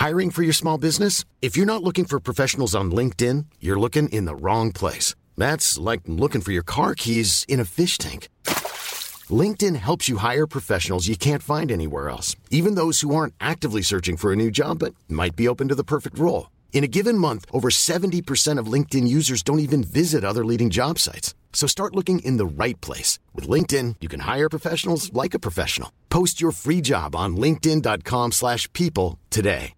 Hiring for your small business? If you're not looking for professionals on LinkedIn, you're looking in the wrong place. That's like looking for your car keys in a fish tank. LinkedIn helps you hire professionals you can't find anywhere else, even those who aren't actively searching for a new job but might be open to the perfect role. In a given month, over 70% of LinkedIn users don't even visit other leading job sites. So start looking in the right place. With LinkedIn, you can hire professionals like a professional. Post your free job on linkedin.com/people today.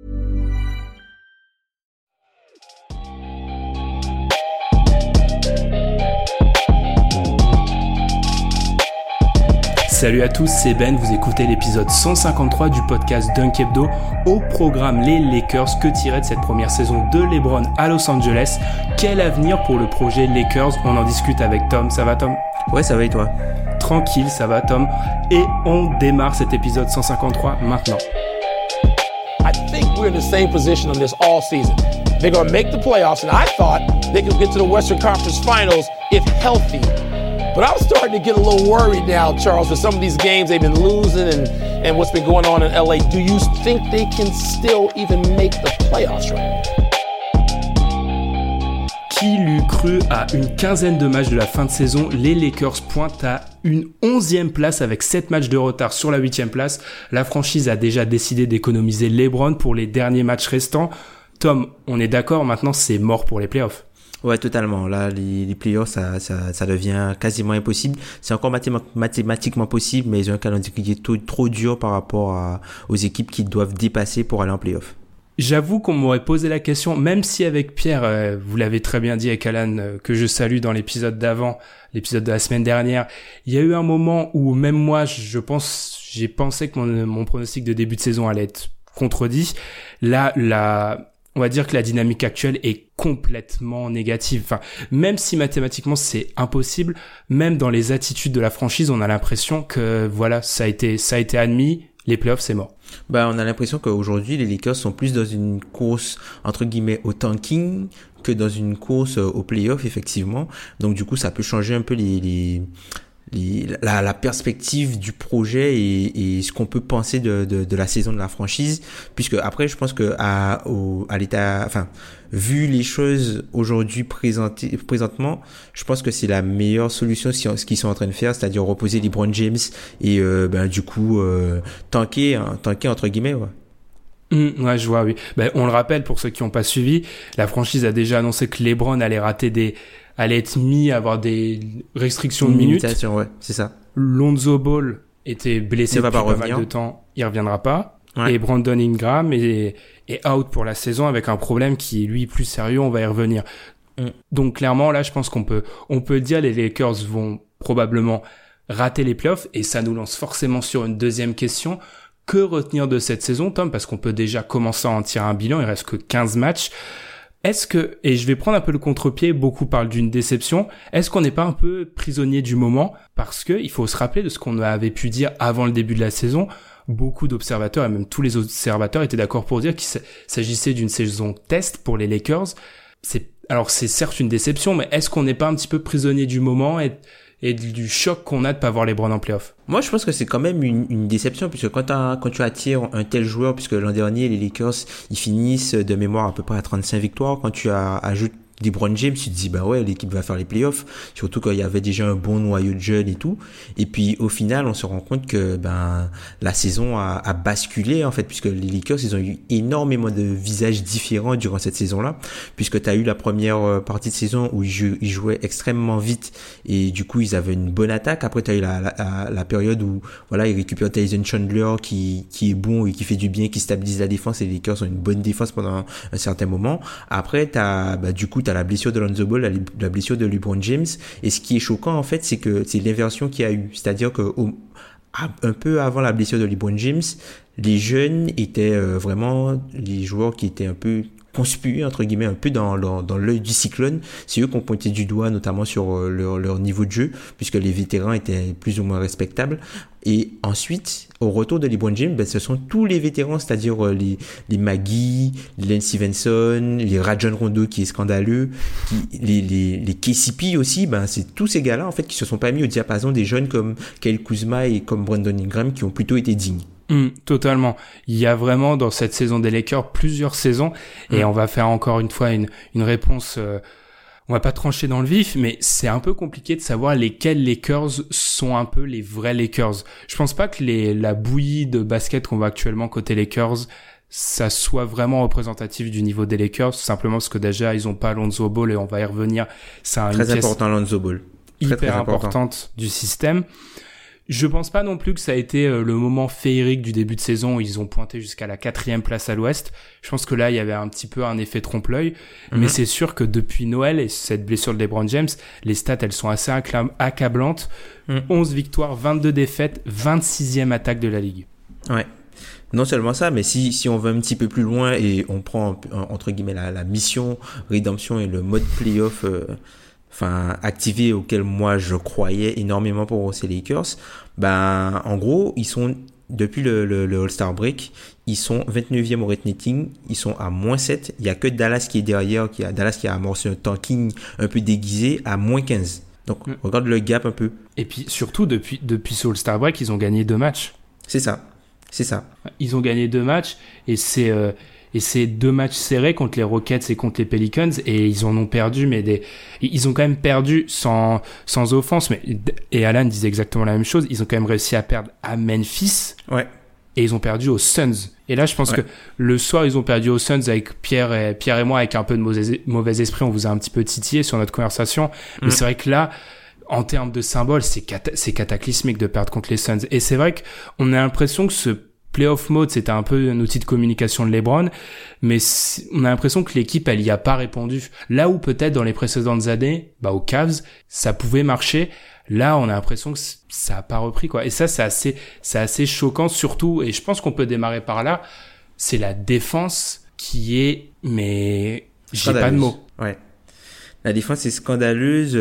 Salut à tous, c'est Ben, vous écoutez l'épisode 153 du podcast Dunk Hebdo. Au programme, les Lakers, que tirer de cette première saison de LeBron à Los Angeles? Quel avenir pour le projet Lakers? On en discute avec Tom. Ça va, Tom? Ouais, ça va et toi? Tranquille, ça va, Tom. Et on démarre cet épisode 153 maintenant. I think we're in the same position on this all season. They're going to make the playoffs, and I thought they could get to the Western Conference Finals if healthy. But I'm starting to get a little worried now, Charles, with some of these games they've been losing and what's been going on in LA. Do you think they can still even make the playoffs right now? Qui l'eût cru? À une quinzaine de matchs de la fin de saison, les Lakers pointent à une 11e place avec 7 matchs de retard sur la 8e place. La franchise a déjà décidé d'économiser LeBron pour les derniers matchs restants. Tom, on est d'accord, maintenant c'est mort pour les playoffs. Ouais, totalement. Là, les playoffs, ça devient quasiment impossible. C'est encore mathématiquement possible, mais ils ont un calendrier qui est trop dur par rapport aux équipes qui doivent dépasser pour aller en playoffs. J'avoue qu'on m'aurait posé la question, même si avec Pierre, vous l'avez très bien dit avec Alan, que je salue dans l'épisode d'avant, l'épisode de la semaine dernière, il y a eu un moment où même moi, j'ai pensé que mon pronostic de début de saison allait être contredit. Là, on va dire que la dynamique actuelle est complètement négative. Enfin, même si mathématiquement c'est impossible, même dans les attitudes de la franchise, on a l'impression que voilà, ça a été admis, les playoffs c'est mort. On a l'impression qu'aujourd'hui les Lakers sont plus dans une course entre guillemets au tanking que dans une course aux playoffs effectivement. Donc du coup, ça peut changer un peu la perspective du projet et ce qu'on peut penser de la saison de la franchise, puisque après je pense que à l'état, enfin vu les choses aujourd'hui présentement, je pense que c'est la meilleure solution ce qu'ils sont en train de faire, c'est-à-dire reposer LeBron James et du coup tanker entre guillemets, ouais. Ouais, je vois, oui. On le rappelle pour ceux qui n'ont pas suivi, la franchise a déjà annoncé que LeBron allait être mis à avoir des restrictions de minutes. Ouais, c'est ça. Lonzo Ball était blessé depuis pas mal de temps, il reviendra pas. Ouais. Et Brandon Ingram est out pour la saison avec un problème qui est lui plus sérieux, on va y revenir. Donc clairement là, je pense qu'on peut dire les Lakers vont probablement rater les playoffs et ça nous lance forcément sur une deuxième question. Que retenir de cette saison, Tom? Parce qu'on peut déjà commencer à en tirer un bilan, il reste que 15 matchs. Est-ce que, et je vais prendre un peu le contre-pied, beaucoup parlent d'une déception, est-ce qu'on n'est pas un peu prisonnier du moment? Parce que il faut se rappeler de ce qu'on avait pu dire avant le début de la saison. Beaucoup d'observateurs, et même tous les observateurs, étaient d'accord pour dire qu'il s'agissait d'une saison test pour les Lakers. Alors c'est certes une déception, mais est-ce qu'on n'est pas un petit peu prisonnier du moment et du choc qu'on a de pas voir LeBron en playoff? Moi, je pense que c'est quand même une déception, puisque quand tu attires un tel joueur, puisque l'an dernier, les Lakers, ils finissent de mémoire à peu près à 35 victoires, quand tu ajoutes LeBron James, tu te dis, ouais, l'équipe va faire les playoffs, surtout qu'il y avait déjà un bon noyau de jeunes et tout. Et puis, au final, on se rend compte que, la saison a basculé, en fait, puisque les Lakers, ils ont eu énormément de visages différents durant cette saison-là, puisque t'as eu la première partie de saison où ils jouaient extrêmement vite et du coup, ils avaient une bonne attaque. Après, t'as eu la période où, voilà, ils récupèrent Tyson Chandler qui est bon et qui fait du bien, qui stabilise la défense, et les Lakers ont une bonne défense pendant un certain moment. Après, t'as la blessure de Lonzo Ball, la blessure de LeBron James, et ce qui est choquant en fait, c'est que c'est l'inversion qu'il y a eu, c'est-à-dire que un peu avant la blessure de LeBron James, les jeunes étaient vraiment les joueurs qui étaient un peu conspués entre guillemets, un peu dans l'œil du cyclone. C'est eux qu'on pointait du doigt, notamment sur leur niveau de jeu, puisque les vétérans étaient plus ou moins respectables. Et ensuite, au retour de LeBron James, ce sont tous les vétérans, c'est-à-dire les Maggie, les Lance Stevenson, les Rajon Rondo qui est scandaleux, les KCP aussi, c'est tous ces gars-là en fait qui se sont pas mis au diapason des jeunes comme Kyle Kuzma et comme Brandon Ingram qui ont plutôt été dignes. Totalement. Il y a vraiment dans cette saison des Lakers plusieurs saisons et on va faire encore une fois une réponse. On va pas trancher dans le vif, mais c'est un peu compliqué de savoir lesquels Lakers sont un peu les vrais Lakers. Je pense pas que la bouillie de basket qu'on voit actuellement côté Lakers, ça soit vraiment représentatif du niveau des Lakers, simplement parce que déjà ils ont pas Lonzo Ball et on va y revenir. C'est très important Lonzo Ball. Hyper importante du système. Je pense pas non plus que ça a été le moment féerique du début de saison où ils ont pointé jusqu'à la 4e place à l'Ouest. Je pense que là, il y avait un petit peu un effet trompe-l'œil. Mais c'est sûr que depuis Noël et cette blessure de LeBron James, les stats, elles sont assez accablantes. 11 victoires, 22 défaites, 26e attaque de la Ligue. Ouais. Non seulement ça, mais si on va un petit peu plus loin et on prend, entre guillemets, la mission rédemption et le mode playoff activé auquel moi je croyais énormément pour ces Lakers, en gros, ils sont, depuis le All-Star Break, ils sont 29e au rating, ils sont à -7, il y a que Dallas qui est derrière, Dallas qui a amorcé un tanking un peu déguisé à -15. Donc, regarde le gap un peu. Et puis, surtout, depuis ce All-Star Break, ils ont gagné 2 matchs. C'est ça. Ils ont gagné 2 matchs, et c'est 2 matchs serrés contre les Rockets et contre les Pelicans, et ils en ont perdu, mais ils ont quand même perdu sans offense, et Alan disait exactement la même chose, ils ont quand même réussi à perdre à Memphis. Ouais. Et ils ont perdu aux Suns. Et là, je pense que le soir, ils ont perdu aux Suns avec Pierre et moi, avec un peu de mauvais esprit, on vous a un petit peu titillé sur notre conversation. Mais c'est vrai que là, en termes de symbole, c'est cataclysmique de perdre contre les Suns. Et c'est vrai qu'on a l'impression que ce playoff mode, c'était un peu un outil de communication de LeBron, mais on a l'impression que l'équipe, elle y a pas répondu. Là où peut-être dans les précédentes années, aux Cavs, ça pouvait marcher. Là, on a l'impression que ça a pas repris, quoi. Et ça, c'est assez choquant, surtout, et je pense qu'on peut démarrer par là, c'est la défense qui est, mais j'ai pas de mots. Ouais. La défense est scandaleuse,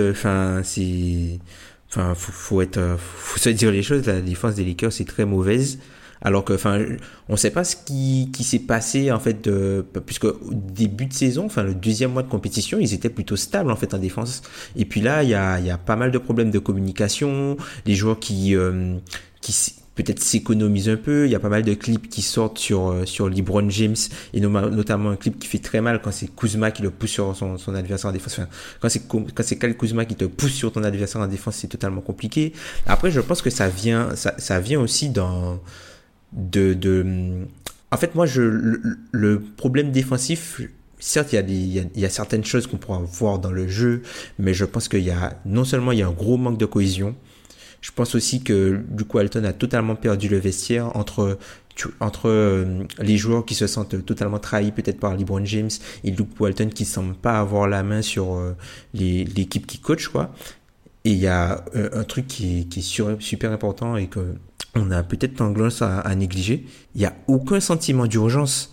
faut se dire les choses, la défense des Lakers est très mauvaise. Alors que, on sait pas ce qui s'est passé, en fait, puisque au début de saison, le deuxième mois de compétition, ils étaient plutôt stables, en fait, en défense. Et puis là, il y a pas mal de problèmes de communication, les joueurs qui peut-être s'économisent un peu, il y a pas mal de clips qui sortent sur LeBron James, et notamment un clip qui fait très mal quand c'est Kuzma qui le pousse sur son adversaire en défense. Quand c'est Kyle Kuzma qui te pousse sur ton adversaire en défense, c'est totalement compliqué. Après, je pense que ça vient aussi en fait, moi, le problème défensif, certes, il y a certaines choses qu'on pourra voir dans le jeu, mais je pense non seulement il y a un gros manque de cohésion, je pense aussi que Luke Walton a totalement perdu le vestiaire entre les joueurs qui se sentent totalement trahis peut-être par LeBron James et Luke Walton qui semble pas avoir la main sur l'équipe qui coach, quoi. Et il y a un truc qui est super important et que on a peut-être tendance à négliger. Il y a aucun sentiment d'urgence.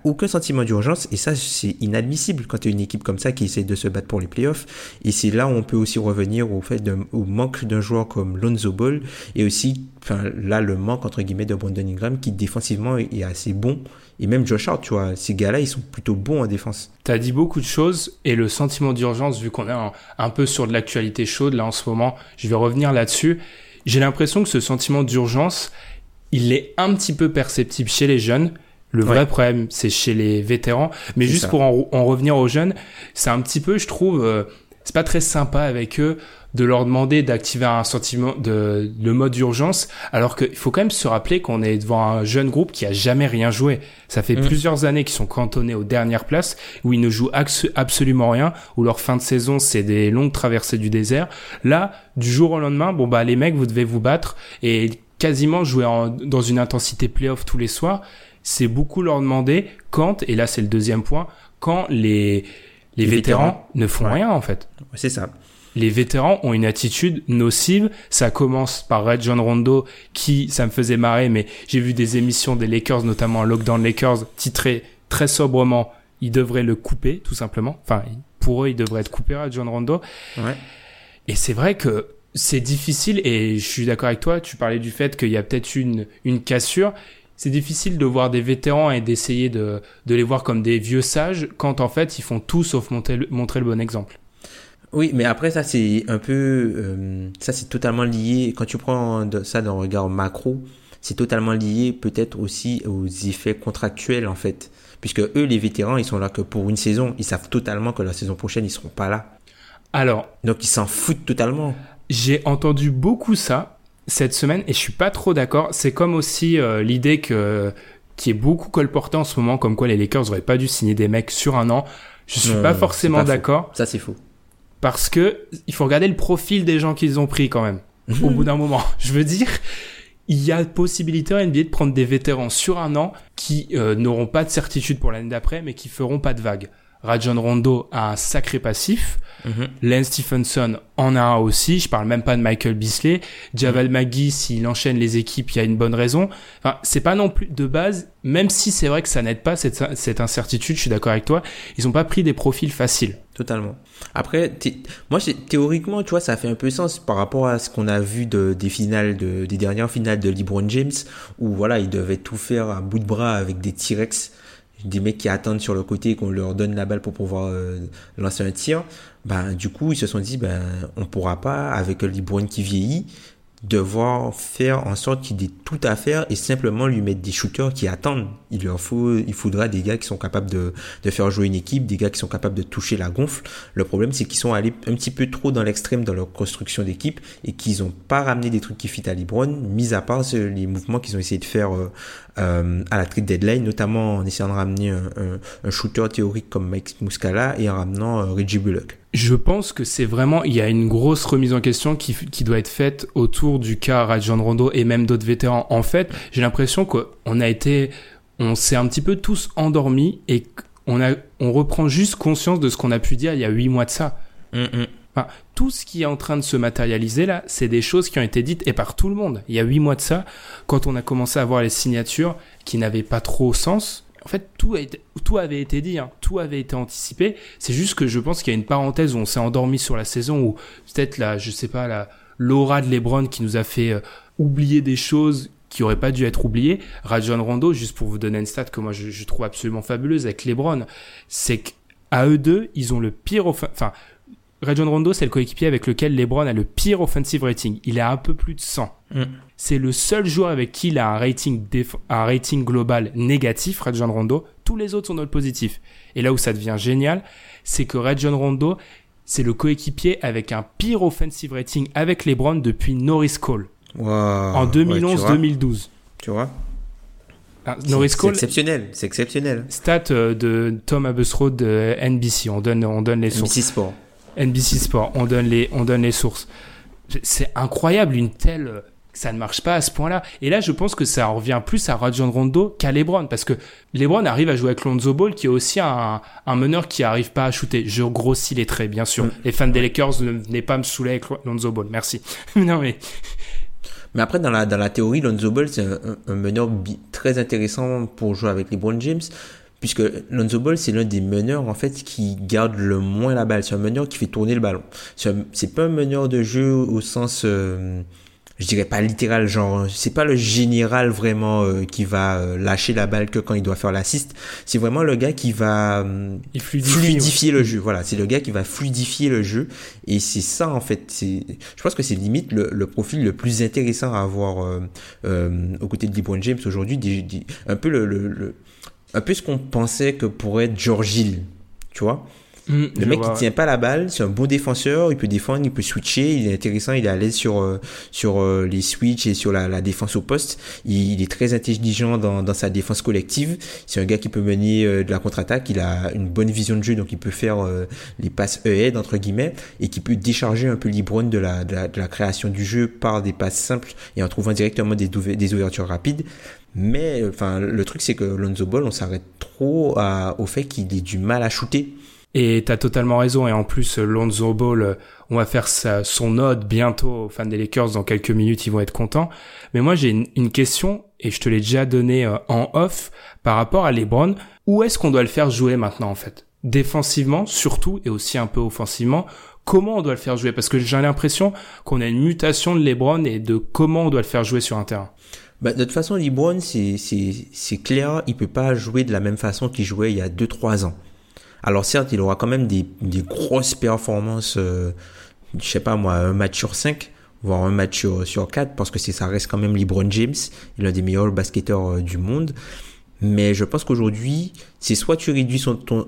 Et ça, c'est inadmissible quand tu es une équipe comme ça qui essaie de se battre pour les playoffs. Et c'est là où on peut aussi revenir au manque d'un joueur comme Lonzo Ball et aussi, là, le manque, entre guillemets, de Brandon Ingram qui défensivement est assez bon. Et même Josh Hart, tu vois, ces gars-là, ils sont plutôt bons en défense. T'as dit beaucoup de choses et le sentiment d'urgence, vu qu'on est un peu sur de l'actualité chaude là en ce moment, je vais revenir là-dessus. J'ai l'impression que ce sentiment d'urgence, il est un petit peu perceptible chez les jeunes. Le vrai problème, c'est chez les vétérans. Mais juste pour en revenir aux jeunes, c'est un petit peu, je trouve, c'est pas très sympa avec eux de leur demander d'activer un sentiment le mode d'urgence, alors qu'il faut quand même se rappeler qu'on est devant un jeune groupe qui a jamais rien joué. Ça fait plusieurs années qu'ils sont cantonnés aux dernières places, où ils ne jouent absolument rien, où leur fin de saison, c'est des longues traversées du désert. Là, du jour au lendemain, les mecs, vous devez vous battre et quasiment jouer dans une intensité play-off tous les soirs. C'est beaucoup leur demander quand, et là c'est le deuxième point, quand les vétérans ne font rien, en fait. C'est ça. Les vétérans ont une attitude nocive. Ça commence par Rajon Rondo qui, ça me faisait marrer, mais j'ai vu des émissions des Lakers, notamment Lockdown Lakers, titrées très sobrement, ils devraient le couper, tout simplement. Pour eux, il devrait être coupé, Rajon Rondo. Ouais. Et c'est vrai que c'est difficile, et je suis d'accord avec toi, tu parlais du fait qu'il y a peut-être une cassure. C'est difficile de voir des vétérans et d'essayer de les voir comme des vieux sages quand en fait ils font tout sauf montrer le bon exemple. Oui, mais après ça c'est un peu ça c'est totalement lié quand tu prends ça d'un regard macro, c'est totalement lié peut-être aussi aux effets contractuels en fait. Puisque eux, les vétérans, ils sont là que pour une saison. Ils savent totalement que la saison prochaine, ils seront pas là. Alors. Donc, ils s'en foutent totalement. J'ai entendu beaucoup ça cette semaine et je suis pas trop d'accord. C'est comme aussi l'idée qui est beaucoup colportée en ce moment, comme quoi les Lakers auraient pas dû signer des mecs sur un an. Je suis pas forcément d'accord. Ça, c'est faux. Parce que il faut regarder le profil des gens qu'ils ont pris quand même. Au bout d'un moment. Je veux dire, il y a possibilité en NBA de prendre des vétérans sur un an qui n'auront pas de certitude pour l'année d'après, mais qui feront pas de vagues. Rajon Rondo a un sacré passif. Lance Stephenson en a un aussi. Je parle même pas de Michael Beasley. Javal McGee, s'il enchaîne les équipes, il y a une bonne raison. Enfin, c'est pas non plus de base, même si c'est vrai que ça n'aide pas cette incertitude, je suis d'accord avec toi. Ils ont pas pris des profils faciles. Totalement. Après, moi, théoriquement, tu vois, ça fait un peu sens par rapport à ce qu'on a vu des dernières finales de LeBron James, où voilà, ils devaient tout faire à bout de bras avec des T-Rex, des mecs qui attendent sur le côté et qu'on leur donne la balle pour pouvoir lancer un tir. Du coup, ils se sont dit, on pourra pas, avec LeBron qui vieillit, devoir faire en sorte qu'il ait tout à faire et simplement lui mettre des shooters qui attendent. Il faudra des gars qui sont capables de faire jouer une équipe, des gars qui sont capables de toucher la gonfle. Le problème, c'est qu'ils sont allés un petit peu trop dans l'extrême dans leur construction d'équipe et qu'ils ont pas ramené des trucs qui fit à LeBron, mis à part les mouvements qu'ils ont essayé de faire à la trade deadline, notamment en essayant de ramener un shooter théorique comme Mike Muscala et en ramenant Reggie Bullock. Je pense que c'est vraiment, il y a une grosse remise en question qui doit être faite autour du cas Rajon Rondo et même d'autres vétérans. En fait, j'ai l'impression on s'est un petit peu tous endormis et on reprend juste conscience de ce qu'on a pu dire il y a 8 mois de ça. Enfin, tout ce qui est en train de se matérialiser là, c'est des choses qui ont été dites et par tout le monde. Il y a 8 mois de ça, quand on a commencé à voir les signatures qui n'avaient pas trop sens. En fait, tout avait été dit, tout avait été anticipé. C'est juste que je pense qu'il y a une parenthèse où on s'est endormi sur la saison, où peut-être l'aura de LeBron qui nous a fait oublier des choses qui auraient pas dû être oubliées. Rajon Rondo, juste pour vous donner une stat que moi je trouve absolument fabuleuse avec LeBron, c'est qu'à eux deux, ils ont le pire Rajon Rondo, c'est le coéquipier avec lequel LeBron a le pire offensive rating. Il a un peu plus de 100. C'est le seul joueur avec qui il a un rating global négatif, Rajon Rondo. Tous les autres sont dans le positif. Et là où ça devient génial, c'est que Rajon Rondo, c'est le coéquipier avec un pire offensive rating avec LeBron depuis Norris Cole. Wow. En 2011-2012. Tu vois? Norris Cole. C'est exceptionnel. Stat de Tom Abusrod de NBC. On donne les sources. NBC Sport, on donne les sources. C'est incroyable, ça ne marche pas à ce point-là. Et là, je pense que ça revient plus à Rajon Rondo qu'à LeBron, parce que LeBron arrive à jouer avec Lonzo Ball, qui est aussi un meneur qui arrive pas à shooter. Je grossis les traits, bien sûr. Les fans des Lakers ne venaient pas me saouler avec Lonzo Ball. Merci. Non, mais après, dans la théorie, Lonzo Ball, c'est un meneur très intéressant pour jouer avec LeBron James. Puisque Lonzo Ball, c'est l'un des meneurs, en fait, qui garde le moins la balle. C'est un meneur qui fait tourner le ballon. C'est pas un meneur de jeu au sens, je dirais pas littéral, genre, c'est pas le général vraiment qui va lâcher la balle que quand il doit faire l'assist. C'est vraiment le gars qui va fluidifier le jeu. Voilà, c'est le gars qui va fluidifier le jeu. Et c'est ça, en fait. Je pense que c'est limite le profil le plus intéressant à avoir aux côtés de LeBron James aujourd'hui. Un peu ce qu'on pensait que pourrait être George Hill, tu vois. Le mec qui tient pas la balle, c'est un bon défenseur, il peut défendre, il peut switcher, il est intéressant, il est à l'aise sur les switches et sur la défense au poste. Il est très intelligent dans sa défense collective. C'est un gars qui peut mener de la contre-attaque, il a une bonne vision de jeu, donc il peut faire les passes head entre guillemets et qui peut décharger un peu LeBron de la création du jeu par des passes simples et en trouvant directement des ouvertures rapides. Mais le truc c'est que Lonzo Ball, on s'arrête trop au fait qu'il ait du mal à shooter. Et t'as totalement raison. Et en plus, Lonzo Ball, on va faire son ode bientôt aux fans des Lakers. Dans quelques minutes, ils vont être contents. Mais moi, j'ai une question, et je te l'ai déjà donnée en off, par rapport à LeBron. Où est-ce qu'on doit le faire jouer maintenant, en fait? Défensivement, surtout, et aussi un peu offensivement. Comment on doit le faire jouer? Parce que j'ai l'impression qu'on a une mutation de LeBron et de comment on doit le faire jouer sur un terrain. De toute façon, LeBron, c'est clair, il peut pas jouer de la même façon qu'il jouait il y a 2-3 ans. Alors certes, il aura quand même des grosses performances, je sais pas moi, un match sur 5, voire un match sur 4, parce que ça reste quand même LeBron James, l'un des meilleurs basketteurs du monde. Mais je pense qu'aujourd'hui, c'est soit tu réduis son temps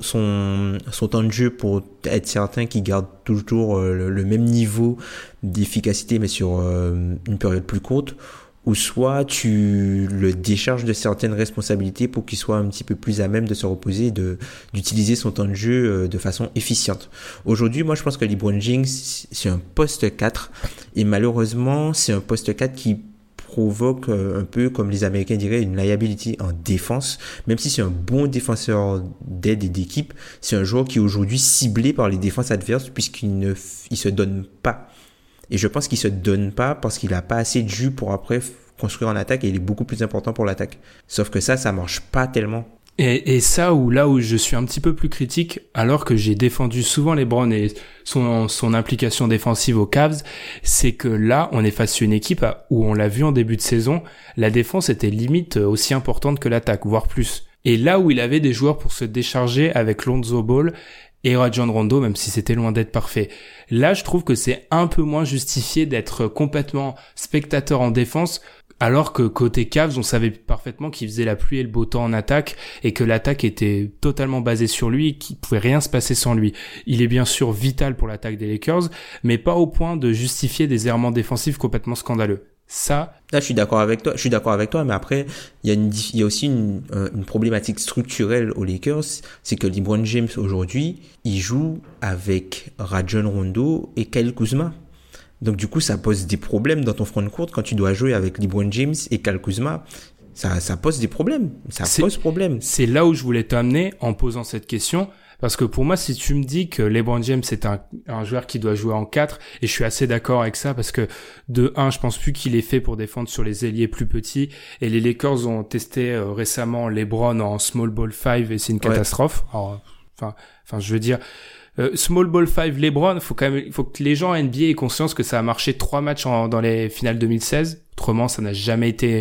de jeu pour être certain qu'il garde toujours le même niveau d'efficacité, mais sur une période plus courte, ou soit tu le décharges de certaines responsabilités pour qu'il soit un petit peu plus à même de se reposer et d'utiliser son temps de jeu de façon efficiente. Aujourd'hui, moi, je pense que LeBron James, c'est un poste 4, et malheureusement, c'est un poste 4 qui provoque un peu, comme les Américains diraient, une liability en défense. Même si c'est un bon défenseur d'aide et d'équipe, c'est un joueur qui est aujourd'hui ciblé par les défenses adverses puisqu'il se donne pas. Et je pense qu'il se donne pas parce qu'il a pas assez de jus pour après construire en attaque, et il est beaucoup plus important pour l'attaque. Sauf que ça marche pas tellement. Et ça, là où je suis un petit peu plus critique, alors que j'ai défendu souvent LeBron et son implication défensive aux Cavs, c'est que là, on est face à une équipe où on l'a vu en début de saison, la défense était limite aussi importante que l'attaque, voire plus. Et là où il avait des joueurs pour se décharger avec Lonzo Ball et Rajon Rondo, même si c'était loin d'être parfait. Là, je trouve que c'est un peu moins justifié d'être complètement spectateur en défense, alors que côté Cavs, on savait parfaitement qu'il faisait la pluie et le beau temps en attaque et que l'attaque était totalement basée sur lui et qu'il pouvait rien se passer sans lui. Il est bien sûr vital pour l'attaque des Lakers, mais pas au point de justifier des errements défensifs complètement scandaleux. Ça. Là, je suis d'accord avec toi, mais après, il y a aussi une problématique structurelle aux Lakers, c'est que LeBron James aujourd'hui, il joue avec Rajon Rondo et Kyle Kuzma. Donc du coup, ça pose des problèmes dans ton front de court quand tu dois jouer avec LeBron James et Kyle Kuzma. Ça pose des problèmes. Pose problème. C'est là où je voulais t'amener en posant cette question. Parce que pour moi, si tu me dis que LeBron James est un joueur qui doit jouer en 4, et je suis assez d'accord avec ça, parce que de 1, je pense plus qu'il est fait pour défendre sur les ailiers plus petits, et les Lakers ont testé récemment LeBron en small ball 5 et c'est une catastrophe. Alors, enfin, je veux dire, small ball 5 LeBron, faut que les gens NBA aient conscience que ça a marché 3 matchs dans les finales 2016. Autrement, ça n'a jamais été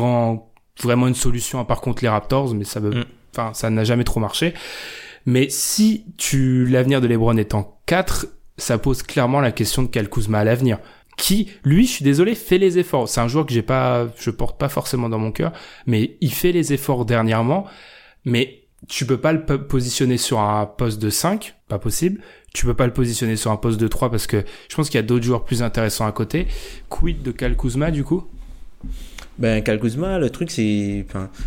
vraiment une solution, à part contre les Raptors, mais ça n'a jamais trop marché. Mais si l'avenir de LeBron est en 4, ça pose clairement la question de Kyle Kuzma à l'avenir. Qui, lui, je suis désolé, fait les efforts. C'est un joueur que je porte pas forcément dans mon cœur, mais il fait les efforts dernièrement. Mais tu peux pas le positionner sur un poste de 5, pas possible. Tu peux pas le positionner sur un poste de 3 parce que je pense qu'il y a d'autres joueurs plus intéressants à côté. Quid de Kyle Kuzma, du coup? Kyle Kuzma, le truc, c'est,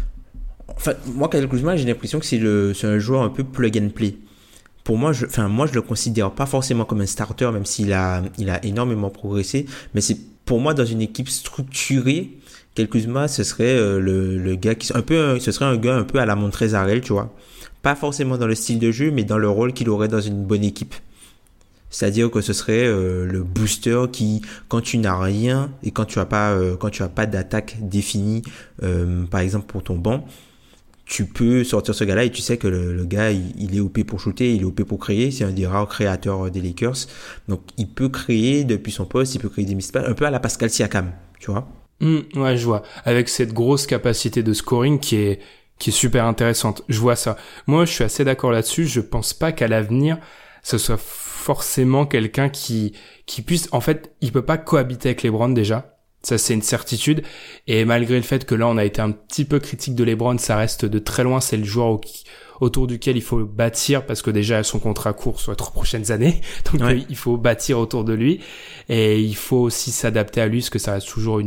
moi, Kyle Kuzma, j'ai l'impression que c'est un joueur un peu plug and play. Pour moi, je le considère pas forcément comme un starter, même s'il a énormément progressé. Mais c'est, pour moi, dans une équipe structurée, Kyle Kuzma, ce serait le gars ce serait un gars un peu à la Montrezl, tu vois. Pas forcément dans le style de jeu, mais dans le rôle qu'il aurait dans une bonne équipe. C'est-à-dire que ce serait le booster qui, quand tu n'as rien et quand tu as pas d'attaque définie, par exemple pour ton banc, tu peux sortir ce gars-là et tu sais que le gars, il est OP pour shooter, il est OP pour créer. C'est un des rares créateurs des Lakers. Donc, il peut créer depuis son poste, il peut créer des mispages, un peu à la Pascal Siakam, tu vois. Ouais, je vois. Avec cette grosse capacité de scoring qui est super intéressante. Je vois ça. Moi, je suis assez d'accord là-dessus. Je pense pas qu'à l'avenir, ce soit forcément quelqu'un qui puisse, en fait, il peut pas cohabiter avec LeBron déjà. Ça, c'est une certitude. Et malgré le fait que là, on a été un petit peu critique de LeBron, ça reste de très loin. C'est le joueur autour duquel il faut bâtir parce que déjà, son contrat court sur les 3 prochaines années. Donc, il faut bâtir autour de lui. Et il faut aussi s'adapter à lui parce que ça reste toujours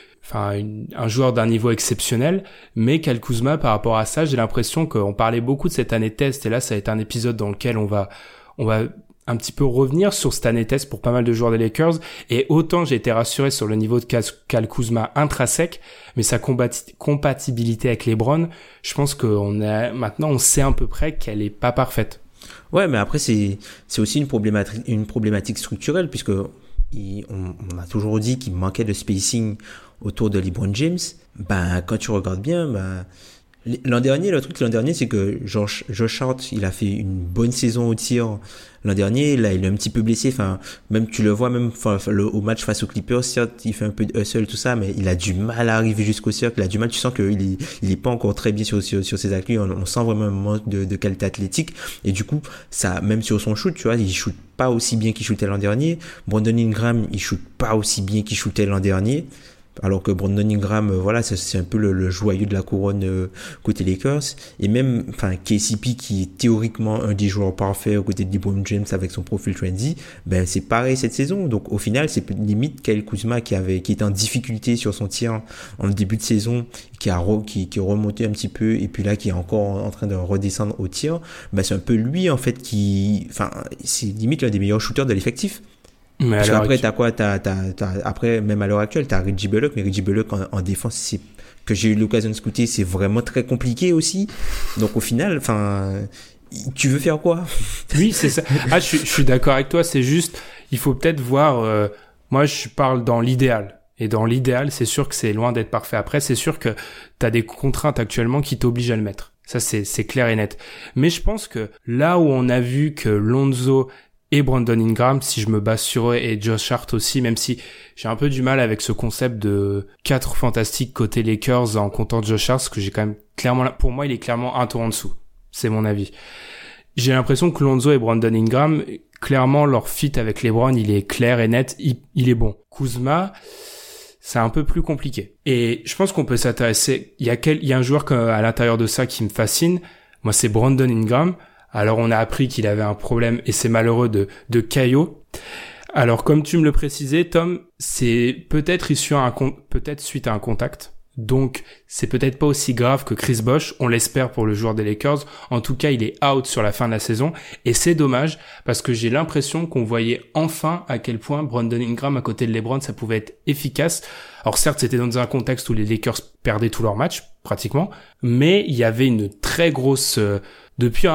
un joueur d'un niveau exceptionnel. Mais Kyle Kuzma, par rapport à ça, j'ai l'impression qu'on parlait beaucoup de cette année test. Et là, ça va être un épisode dans lequel on va un petit peu revenir sur cette année test pour pas mal de joueurs des Lakers. Et autant j'ai été rassuré sur le niveau de Kyle Kuzma intrinsèque, mais sa compatibilité avec LeBron, je pense maintenant on sait à peu près qu'elle est pas parfaite. Ouais, mais après c'est aussi une problématique structurelle puisque on a toujours dit qu'il manquait de spacing autour de LeBron James. Quand tu regardes bien, L'an dernier, c'est que Josh Hart, il a fait une bonne saison au tir. L'an dernier, là, il est un petit peu blessé. Enfin, même tu le vois, même au match face aux Clippers, certes, il fait un peu de hustle, tout ça, mais il a du mal à arriver jusqu'au cercle. Il a du mal. Tu sens qu'il est pas encore très bien sur ses actus. On sent vraiment un manque de qualité athlétique. Et du coup, ça, même sur son shoot, tu vois, il shoot pas aussi bien qu'il shootait l'an dernier. Brandon Ingram, il shoot pas aussi bien qu'il shootait l'an dernier. Alors que Brandon Ingram, voilà, c'est un peu le joyau de la couronne côté Lakers. Et même, enfin, KCP, qui est théoriquement un des joueurs parfaits aux côtés de LeBron James avec son profil trendy, ben c'est pareil cette saison. Donc au final, c'est limite Kyle Kuzma qui était en difficulté sur son tir en début de saison, qui est remonté un petit peu, et puis là qui est encore en train de redescendre au tir. Ben c'est un peu lui en fait c'est limite l'un des meilleurs shooters de l'effectif. Mais parce qu'après, t'as quoi? Après, même à l'heure actuelle, t'as Reggie Bullock, mais Reggie Bullock en défense, que j'ai eu l'occasion de scouter, c'est vraiment très compliqué aussi. Donc, au final, tu veux faire quoi? Oui, c'est ça. Ah, je suis d'accord avec toi, c'est juste, il faut peut-être voir, moi, je parle dans l'idéal. Et dans l'idéal, c'est sûr que c'est loin d'être parfait. Après, c'est sûr que t'as des contraintes actuellement qui t'obligent à le mettre. Ça, c'est clair et net. Mais je pense que là où on a vu que Lonzo et Brandon Ingram, si je me base sur eux, et Josh Hart aussi, même si j'ai un peu du mal avec ce concept de 4 fantastiques côté Lakers en comptant Josh Hart, parce que j'ai quand même clairement, pour moi, il est clairement un tour en dessous. C'est mon avis. J'ai l'impression que Lonzo et Brandon Ingram, clairement, leur fit avec LeBron, il est clair et net, il est bon. Kuzma, c'est un peu plus compliqué. Et je pense qu'on peut s'intéresser, il y a un joueur à l'intérieur de ça qui me fascine. Moi, c'est Brandon Ingram. Alors on a appris qu'il avait un problème, et c'est malheureux, de caillot. Alors comme tu me le précisais, Tom, c'est peut-être suite à un contact. Donc c'est peut-être pas aussi grave que Chris Bosh, on l'espère pour le joueur des Lakers. En tout cas, il est out sur la fin de la saison, et c'est dommage parce que j'ai l'impression qu'on voyait enfin à quel point Brandon Ingram à côté de LeBron, ça pouvait être efficace. Alors certes, c'était dans un contexte où les Lakers perdaient tous leurs matchs pratiquement, mais il y avait une très grosse depuis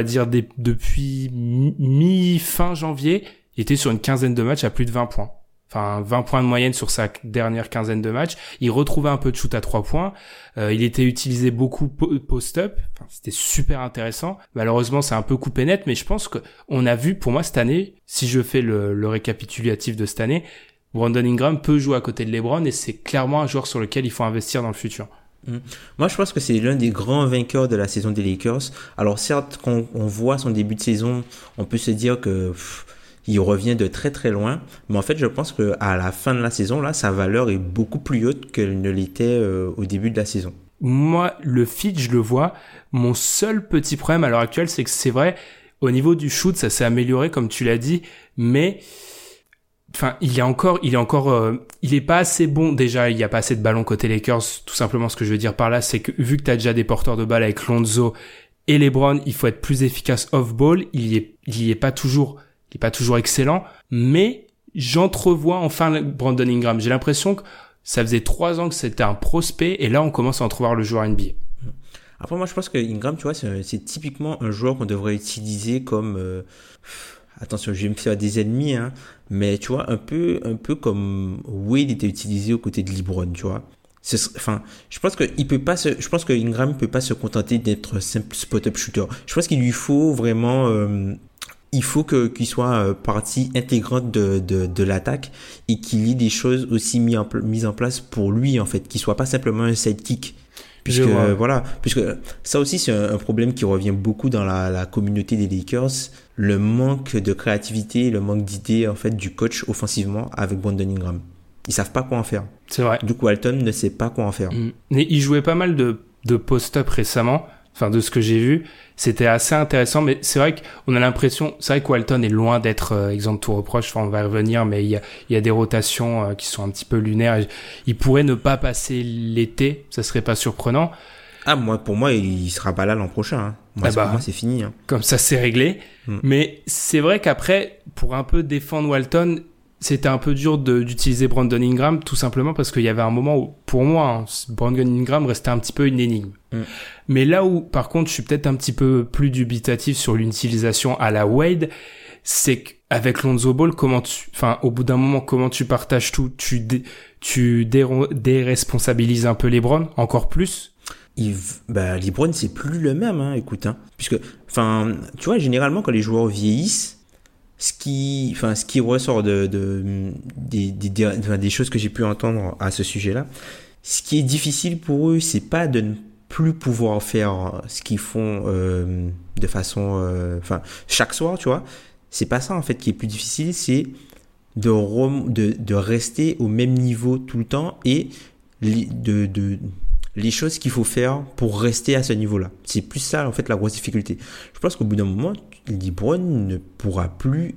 mi-fin janvier, il était sur une quinzaine de matchs à plus de 20 points. Enfin, 20 points de moyenne sur sa dernière quinzaine de matchs. Il retrouvait un peu de shoot à 3 points. Il était utilisé beaucoup post-up. Enfin, c'était super intéressant. Malheureusement, c'est un peu coupé net, mais je pense que on a vu, pour moi, cette année, si je fais le récapitulatif de cette année, Brandon Ingram peut jouer à côté de LeBron, et c'est clairement un joueur sur lequel il faut investir dans le futur. Moi, je pense que c'est l'un des grands vainqueurs de la saison des Lakers. Alors, certes, quand on voit son début de saison, on peut se dire que il revient de très très loin, mais en fait je pense que à la fin de la saison là, sa valeur est beaucoup plus haute qu'elle ne l'était au début de la saison. Moi, le fit, je le vois. Mon seul petit problème à l'heure actuelle, c'est que c'est vrai, au niveau du shoot, ça s'est amélioré comme tu l'as dit, mais enfin, il est pas assez bon. Déjà, il y a pas assez de ballons côté Lakers. Tout simplement, ce que je veux dire par là, c'est que vu que t'as déjà des porteurs de balles avec Lonzo et LeBron, il faut être plus efficace off-ball. Il est pas toujours excellent, mais j'entrevois enfin Brandon Ingram. J'ai l'impression que ça faisait 3 ans que c'était un prospect, et là on commence à entrevoir le joueur NBA. Après, moi je pense que Ingram, tu vois, c'est typiquement un joueur qu'on devrait utiliser comme attention, je vais me faire des ennemis, hein, mais tu vois, un peu comme Wade était utilisé aux côtés de LeBron, tu vois. Je pense que Ingram peut pas se contenter d'être un simple spot-up shooter. Je pense qu'il lui faut vraiment il faut qu'il soit partie intégrante de l'attaque, et qu'il y ait des choses aussi mises en place pour lui, en fait, qu'il soit pas simplement un sidekick. Puisque ça aussi c'est un problème qui revient beaucoup dans la communauté des Lakers, le manque de créativité, le manque d'idées en fait du coach offensivement avec Brandon Ingram. Ils savent pas quoi en faire. C'est vrai. Duke Walton ne sait pas quoi en faire. Mais il jouait pas mal de post-up récemment. Enfin, de ce que j'ai vu, c'était assez intéressant, mais c'est vrai qu'on a l'impression, c'est vrai que Walton est loin d'être exempt de tout reproche. Enfin, on va y revenir, mais il y a des rotations qui sont un petit peu lunaires. Il pourrait ne pas passer l'été, ça serait pas surprenant. Ah, pour moi, il sera pas là l'an prochain. Hein. Pour moi, c'est fini. Hein. Comme ça, c'est réglé. Mais c'est vrai qu'après, pour un peu défendre Walton, c'était un peu dur d'utiliser Brandon Ingram, tout simplement parce qu'il y avait un moment où, pour moi, Brandon Ingram restait un petit peu une énigme. Mais là où, par contre, je suis peut-être un petit peu plus dubitatif sur l'utilisation à la Wade, c'est qu'avec Lonzo Ball, au bout d'un moment, comment tu partages tout, tu déresponsabilises un peu LeBron, encore plus. LeBron c'est plus le même, hein, écoute, hein, puisque, enfin, tu vois, généralement quand les joueurs vieillissent, ce qui ressort des choses que j'ai pu entendre à ce sujet-là, ce qui est difficile pour eux, c'est pas de ne plus pouvoir faire ce qu'ils font de façon, chaque soir, tu vois. C'est pas ça en fait qui est plus difficile, c'est de rester au même niveau tout le temps et les choses qu'il faut faire pour rester à ce niveau-là. C'est plus ça, en fait, la grosse difficulté. Je pense qu'au bout d'un moment, LeBron ne pourra plus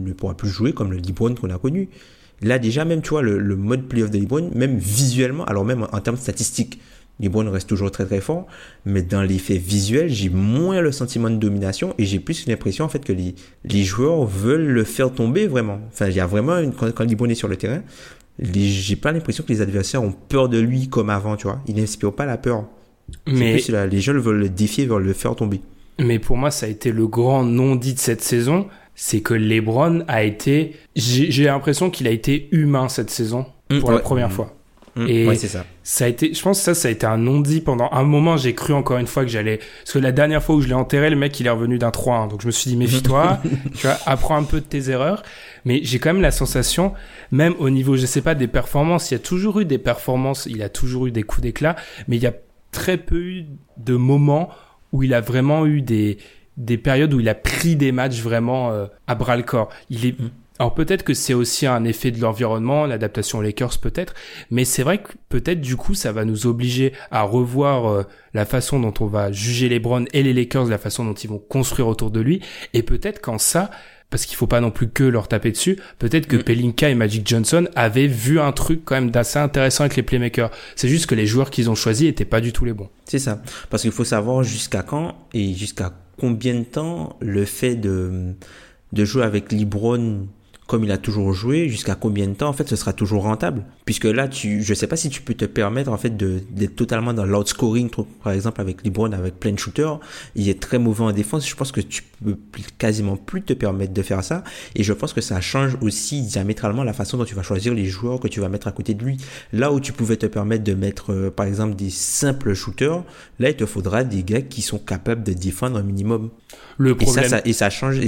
jouer comme le LeBron qu'on a connu. Là, déjà, même, tu vois, le mode playoff de LeBron, même visuellement, alors même en termes statistiques, LeBron reste toujours très très fort, mais dans l'effet visuel, j'ai moins le sentiment de domination et j'ai plus l'impression, en fait, que les joueurs veulent le faire tomber vraiment. Enfin, il y a vraiment, quand LeBron est sur le terrain, j'ai pas l'impression que les adversaires ont peur de lui comme avant, tu vois. Ils n'inspirent pas la peur. Mais plus, là, les jeunes veulent le défier, veulent le faire tomber. Mais pour moi, ça a été le grand non-dit de cette saison. C'est que LeBron a été... J'ai l'impression qu'il a été humain cette saison pour la première fois. Et ouais, c'est ça. Ça a été, je pense que ça a été un non-dit pendant un moment. J'ai cru encore une fois que j'allais, parce que la dernière fois où je l'ai enterré, le mec, il est revenu d'un 3-1. Donc je me suis dit, méfie-toi, tu vois, apprends un peu de tes erreurs. Mais j'ai quand même la sensation, même au niveau, je sais pas, des performances, il y a toujours eu des performances, il a toujours eu des coups d'éclat, mais il y a très peu eu de moments où il a vraiment eu des périodes où il a pris des matchs vraiment à bras le corps. Alors peut-être que c'est aussi un effet de l'environnement, l'adaptation aux Lakers peut-être, mais c'est vrai que peut-être du coup ça va nous obliger à revoir la façon dont on va juger LeBron et les Lakers, la façon dont ils vont construire autour de lui, et peut-être qu'en ça, parce qu'il faut pas non plus que leur taper dessus, peut-être que Pelinka et Magic Johnson avaient vu un truc quand même d'assez intéressant avec les playmakers. C'est juste que les joueurs qu'ils ont choisis étaient pas du tout les bons. C'est ça, parce qu'il faut savoir jusqu'à quand et jusqu'à combien de temps le fait de jouer avec LeBron comme il a toujours joué, jusqu'à combien de temps, en fait, ce sera toujours rentable. Puisque là, je sais pas si tu peux te permettre, en fait, d'être totalement dans l'outscoring, par exemple, avec LeBron, avec plein de shooters. Il est très mauvais en défense. Je pense que tu peux quasiment plus te permettre de faire ça. Et je pense que ça change aussi diamétralement la façon dont tu vas choisir les joueurs que tu vas mettre à côté de lui. Là où tu pouvais te permettre de mettre, par exemple, des simples shooters, là, il te faudra des gars qui sont capables de défendre un minimum. Le problème... Et ça change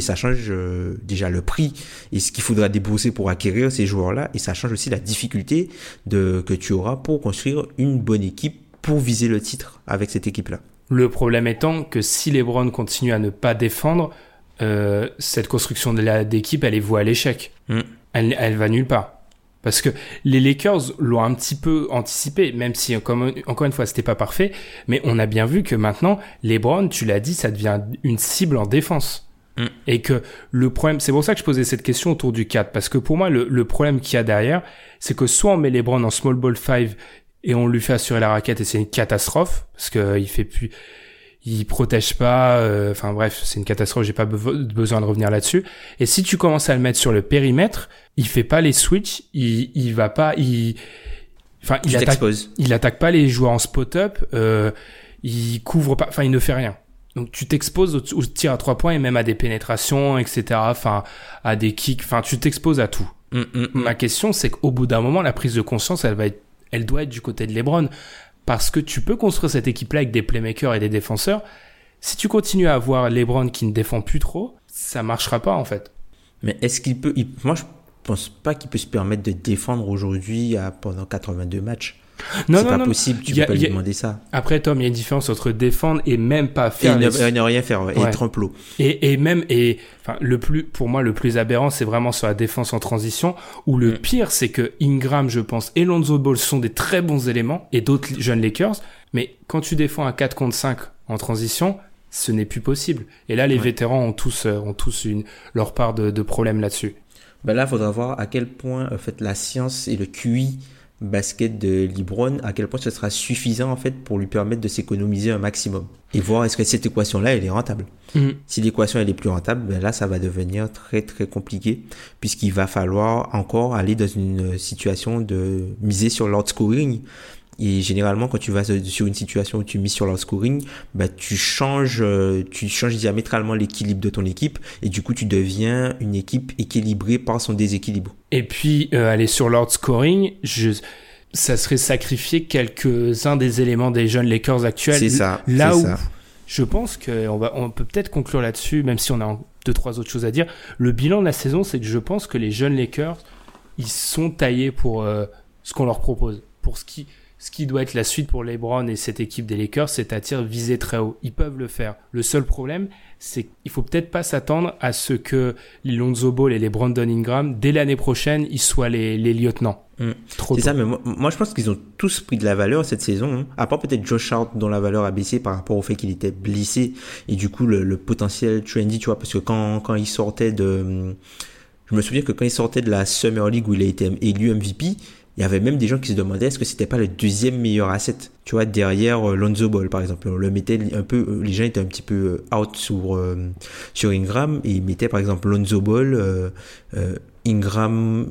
déjà le prix et ce qu'il faudra débourser pour acquérir ces joueurs-là, et ça change aussi la difficulté que tu auras pour construire une bonne équipe pour viser le titre avec cette équipe-là. Le problème étant que si LeBron continue à ne pas défendre, cette construction d'équipe, elle est vouée à l'échec. Elle va nulle part. Parce que les Lakers l'ont un petit peu anticipé, même si, encore une fois, c'était pas parfait, mais on a bien vu que maintenant, LeBron, tu l'as dit, ça devient une cible en défense. Et que le problème, c'est pour ça que je posais cette question autour du 4, parce que pour moi, le problème qu'il y a derrière, c'est que soit on met LeBron en small ball 5 et on lui fait assurer la raquette et c'est une catastrophe, parce que il protège pas, enfin bref, c'est une catastrophe, j'ai pas besoin de revenir là-dessus. Et si tu commences à le mettre sur le périmètre, il fait pas les switches, il attaque pas les joueurs en spot-up, il couvre pas, enfin il ne fait rien. Donc tu t'exposes au tir à 3 points et même à des pénétrations, etc. Enfin, à des kicks, enfin tu t'exposes à tout. Ma question, c'est qu'au bout d'un moment, la prise de conscience, elle doit être du côté de LeBron. Parce que tu peux construire cette équipe-là avec des playmakers et des défenseurs. Si tu continues à avoir LeBron qui ne défend plus trop, ça marchera pas, en fait. Mais est-ce qu'il peut... Moi, je pense pas qu'il peut se permettre de défendre aujourd'hui pendant 82 matchs. C'est pas possible, tu peux pas lui demander ça. Après, Tom, il y a une différence entre défendre et même pas faire... Et ne rien faire, et être un plot. Enfin, pour moi, le plus aberrant, c'est vraiment sur la défense en transition, où le pire, c'est que Ingram, je pense, et Lonzo Ball sont des très bons éléments, et d'autres jeunes Lakers, mais quand tu défends à 4 contre 5 en transition, ce n'est plus possible. Et là, les vétérans ont tous leur part de problèmes là-dessus. Ben là, il faudra voir à quel point, en fait, la science et le QI basket de LeBron, à quel point ce sera suffisant en fait pour lui permettre de s'économiser un maximum et voir est-ce que cette équation-là elle est rentable. Si l'équation elle est plus rentable, ben là ça va devenir très très compliqué puisqu'il va falloir encore aller dans une situation de miser sur l'outscoring. Et généralement, quand tu vas sur une situation où tu mises sur l'outscoring, bah, tu changes diamétralement l'équilibre de ton équipe et du coup, tu deviens une équipe équilibrée par son déséquilibre. Et puis, aller sur l'outscoring, ça serait sacrifier quelques-uns des éléments des jeunes Lakers actuels. C'est ça. Là c'est où ça. je pense qu'on peut peut-être conclure là-dessus, même si on a 2-3 autres choses à dire. Le bilan de la saison, c'est que je pense que les jeunes Lakers, ils sont taillés pour ce qu'on leur propose. Pour ce qui doit être la suite pour LeBron et cette équipe des Lakers, c'est-à-dire viser très haut. Ils peuvent le faire. Le seul problème, c'est qu'il faut peut-être pas s'attendre à ce que les Lonzo Ball et les Brandon Ingram, dès l'année prochaine, ils soient les lieutenants. C'est ça, mais moi je pense qu'ils ont tous pris de la valeur cette saison, hein. À part peut-être Josh Hart dont la valeur a baissé par rapport au fait qu'il était blessé et du coup le potentiel trendy, tu vois, parce que quand il sortait je me souviens que quand il sortait de la Summer League où il a été élu MVP, il y avait même des gens qui se demandaient est-ce que c'était pas le deuxième meilleur asset, tu vois, derrière Lonzo Ball par exemple. On le mettait un peu, les gens étaient un petit peu out sur Ingram et ils mettaient par exemple Lonzo Ball, Ingram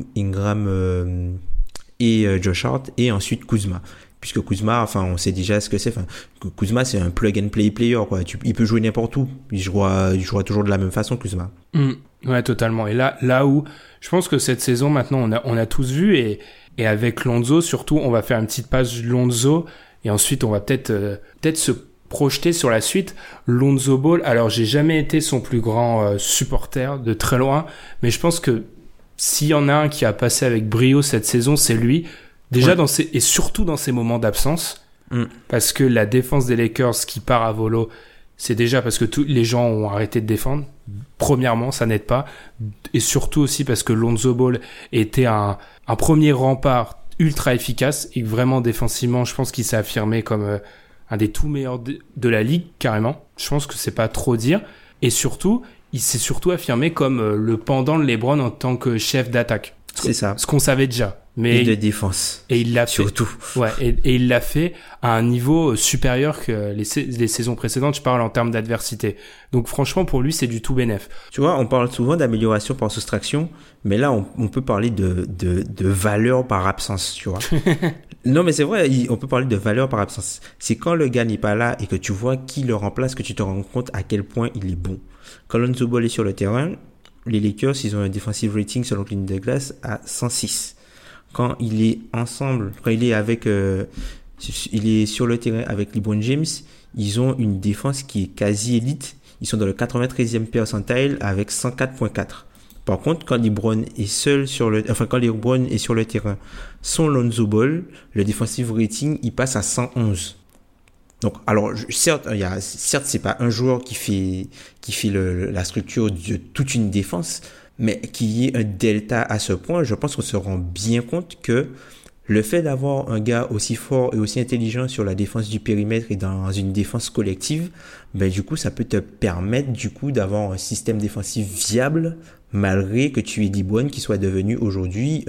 et Josh Hart et ensuite Kuzma. Puisque Kuzma, enfin, on sait déjà ce que c'est. Enfin, Kuzma, c'est un plug and play player, quoi. Il peut jouer n'importe où. Il jouera toujours de la même façon, Kuzma. Ouais, totalement. Et là où, je pense que cette saison, maintenant, on a tous vu et avec Lonzo, surtout, on va faire une petite page Lonzo et ensuite, on va peut-être se projeter sur la suite. Lonzo Ball, alors, j'ai jamais été son plus grand supporter de très loin, mais je pense que s'il y en a un qui a passé avec brio cette saison, c'est lui. Déjà et surtout dans ces moments d'absence, parce que la défense des Lakers qui part à volo, c'est déjà parce que tous les gens ont arrêté de défendre. Premièrement, ça n'aide pas, et surtout aussi parce que Lonzo Ball était un premier rempart ultra efficace et vraiment défensivement, je pense qu'il s'est affirmé comme un des tout meilleurs de la ligue carrément. Je pense que c'est pas trop dire, et surtout, il s'est surtout affirmé comme le pendant de LeBron en tant que chef d'attaque. C'est ça. Ce qu'on savait déjà. Mais et de défense. Et il l'a fait. Surtout. Ouais. Et il l'a fait à un niveau supérieur que les saisons précédentes. Je parle en termes d'adversité. Donc franchement, pour lui, c'est du tout bénef. Tu vois, on parle souvent d'amélioration par soustraction, mais là, on peut parler de valeur par absence, tu vois. Non, mais c'est vrai, on peut parler de valeur par absence. C'est quand le gars n'est pas là et que tu vois qui le remplace que tu te rends compte à quel point il est bon. Quand Lonzo Ball est sur le terrain, les Lakers, ils ont un defensive rating selon Clean the Glass à 106. Quand il est ensemble, quand il est il est sur le terrain avec LeBron James, ils ont une défense qui est quasi élite. Ils sont dans le 93e percentile avec 104.4. Par contre, quand LeBron est sur le terrain, sans Lonzo Ball, le defensive rating, il passe à 111. Donc, alors, certes, c'est pas un joueur qui fait la structure de toute une défense, mais qu'il y ait un delta à ce point, je pense qu'on se rend bien compte que le fait d'avoir un gars aussi fort et aussi intelligent sur la défense du périmètre et dans une défense collective, ben, du coup, ça peut te permettre, du coup, d'avoir un système défensif viable, malgré que tu aies LeBron qui soit devenu aujourd'hui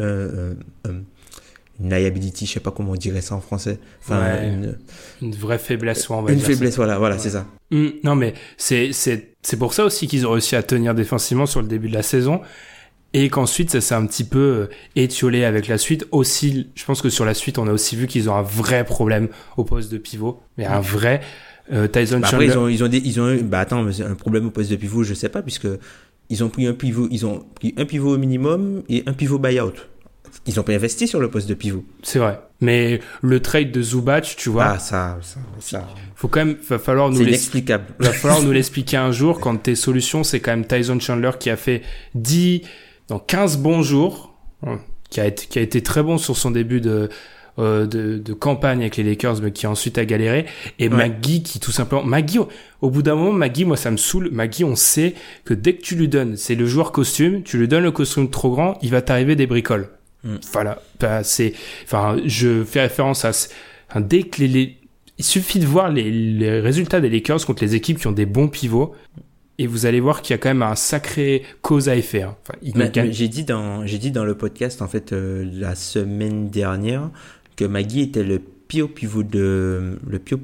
une liability, je sais pas comment on dirait ça en français. Enfin, ouais, une vraie faiblesse, on va dire. Une faiblesse, voilà, ouais. C'est ça. Non, mais c'est pour ça aussi qu'ils ont réussi à tenir défensivement sur le début de la saison et qu'ensuite ça s'est un petit peu étiolé avec la suite. Aussi, je pense que sur la suite, on a aussi vu qu'ils ont un vrai problème au poste de pivot, mais un vrai Tyson Chandler. Après, ils ont attends, mais un problème au poste de pivot, je sais pas, puisque ils ont pris un pivot au minimum et un pivot buyout. Ils ont pas investi sur le poste de pivot. C'est vrai. Mais le trade de Zubac, tu vois. Ah, ça. Faut quand même, va falloir nous l'expliquer un jour quand tes solutions, c'est quand même Tyson Chandler qui a fait 15 bons jours, qui a été très bon sur son début de campagne avec les Lakers, mais qui ensuite a galéré. Et ouais. Magui qui tout simplement, au bout d'un moment, Magui, moi ça me saoule. Magui, on sait que dès que tu lui donnes, c'est le joueur costume, tu lui donnes le costume trop grand, il va t'arriver des bricoles. Voilà, je fais référence à dès que il suffit de voir les résultats des Lakers contre les équipes qui ont des bons pivots et vous allez voir qu'il y a quand même un sacré cause à effet. Mais j'ai dit dans le podcast en fait la semaine dernière que Magui était le pire pivot de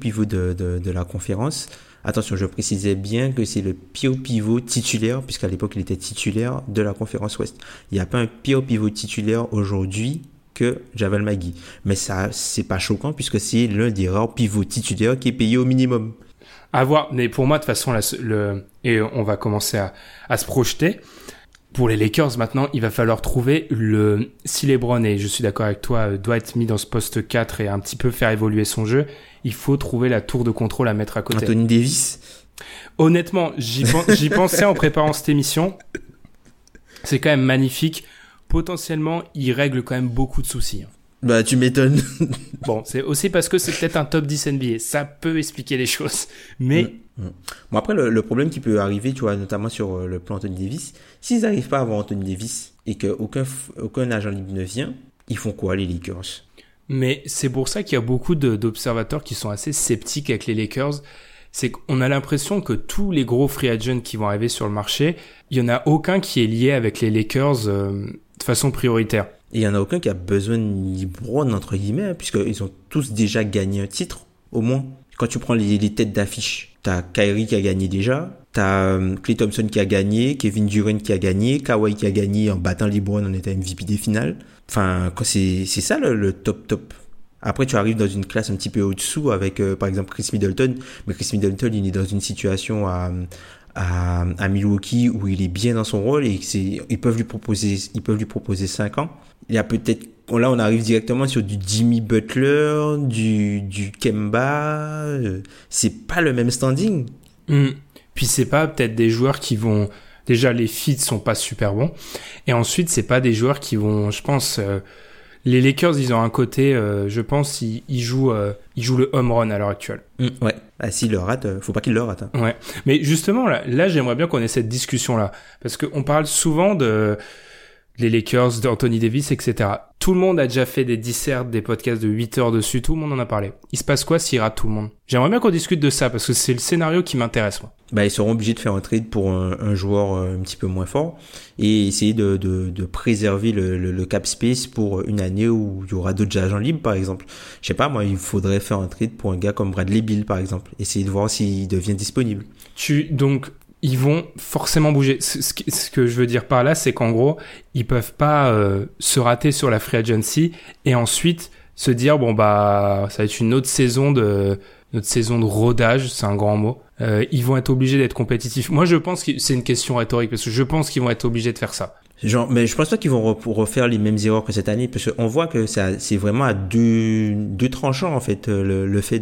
la conférence. Attention, je précisais bien que c'est le pire pivot titulaire, puisqu'à l'époque, il était titulaire de la conférence Ouest. Il n'y a pas un pire pivot titulaire aujourd'hui que Javel Magui. Mais ça, c'est pas choquant, puisque c'est l'un des rares pivots titulaires qui est payé au minimum. À voir. Mais pour moi, de toute façon, et on va commencer à se projeter. pour les Lakers maintenant, il va falloir trouver si LeBron, et je suis d'accord avec toi, doit être mis dans ce poste 4 et un petit peu faire évoluer son jeu, il faut trouver la tour de contrôle à mettre à côté. Anthony Davis. Honnêtement, j'y pensais en préparant cette émission. C'est quand même magnifique. Potentiellement, il règle quand même beaucoup de soucis. Bah, tu m'étonnes. Bon, c'est aussi parce que c'est peut-être un top 10 NBA. Ça peut expliquer les choses. Mais... Bon, après, le problème qui peut arriver, tu vois, notamment sur le plan Anthony Davis, s'ils n'arrivent pas à avoir Anthony Davis et qu'aucun agent libre ne vient, ils font quoi, les Lakers? Mais c'est pour ça qu'il y a beaucoup d'observateurs qui sont assez sceptiques avec les Lakers. C'est qu'on a l'impression que tous les gros free agents qui vont arriver sur le marché, il y en a aucun qui est lié avec les Lakers de façon prioritaire. Et il y en a aucun qui a besoin de LeBron, entre guillemets, puisqu'ils ont tous déjà gagné un titre, au moins. Quand tu prends les têtes d'affiche, t'as Kyrie qui a gagné déjà, t'as Klay Thompson qui a gagné, Kevin Durant qui a gagné, Kawhi qui a gagné en battant LeBron en étant MVP des finales. Enfin, c'est ça le top. Après, tu arrives dans une classe un petit peu au-dessous avec, par exemple, Chris Middleton. Mais Chris Middleton, il est dans une situation à Milwaukee où il est bien dans son rôle et ils peuvent lui proposer 5 ans. Il y a peut-être, là, on arrive directement sur du Jimmy Butler, du Kemba. C'est pas le même standing. Puis c'est pas peut-être des joueurs qui vont, déjà, les fits sont pas super bons. Et ensuite, c'est pas des joueurs qui vont, je pense, les Lakers, ils ont un côté, je pense, ils jouent le home run à l'heure actuelle. Ouais. Ah, s'ils le ratent, faut pas qu'ils le ratent. Hein. Ouais. Mais justement, là, j'aimerais bien qu'on ait cette discussion-là. Parce qu'on parle souvent les Lakers, d'Anthony Davis, etc. Tout le monde a déjà fait des dissertes, des podcasts de 8 heures dessus. Tout le monde en a parlé. Il se passe quoi s'il rate tout le monde? J'aimerais bien qu'on discute de ça parce que c'est le scénario qui m'intéresse, moi. Bah, ils seront obligés de faire un trade pour un joueur un petit peu moins fort et essayer de préserver le cap space pour une année où il y aura d'autres agents libres, par exemple. Je sais pas, moi, il faudrait faire un trade pour un gars comme Bradley Beal, par exemple. Essayer de voir s'il devient disponible. Donc, ils vont forcément bouger. Ce que je veux dire par là, c'est qu'en gros, ils peuvent pas se rater sur la free agency et ensuite se dire bon bah ça va être une autre saison de rodage, c'est un grand mot. Ils vont être obligés d'être compétitifs. Moi, je pense que c'est une question rhétorique parce que je pense qu'ils vont être obligés de faire ça. Mais je pense pas qu'ils vont refaire les mêmes erreurs que cette année parce qu'on voit que c'est vraiment à deux tranchants en fait le fait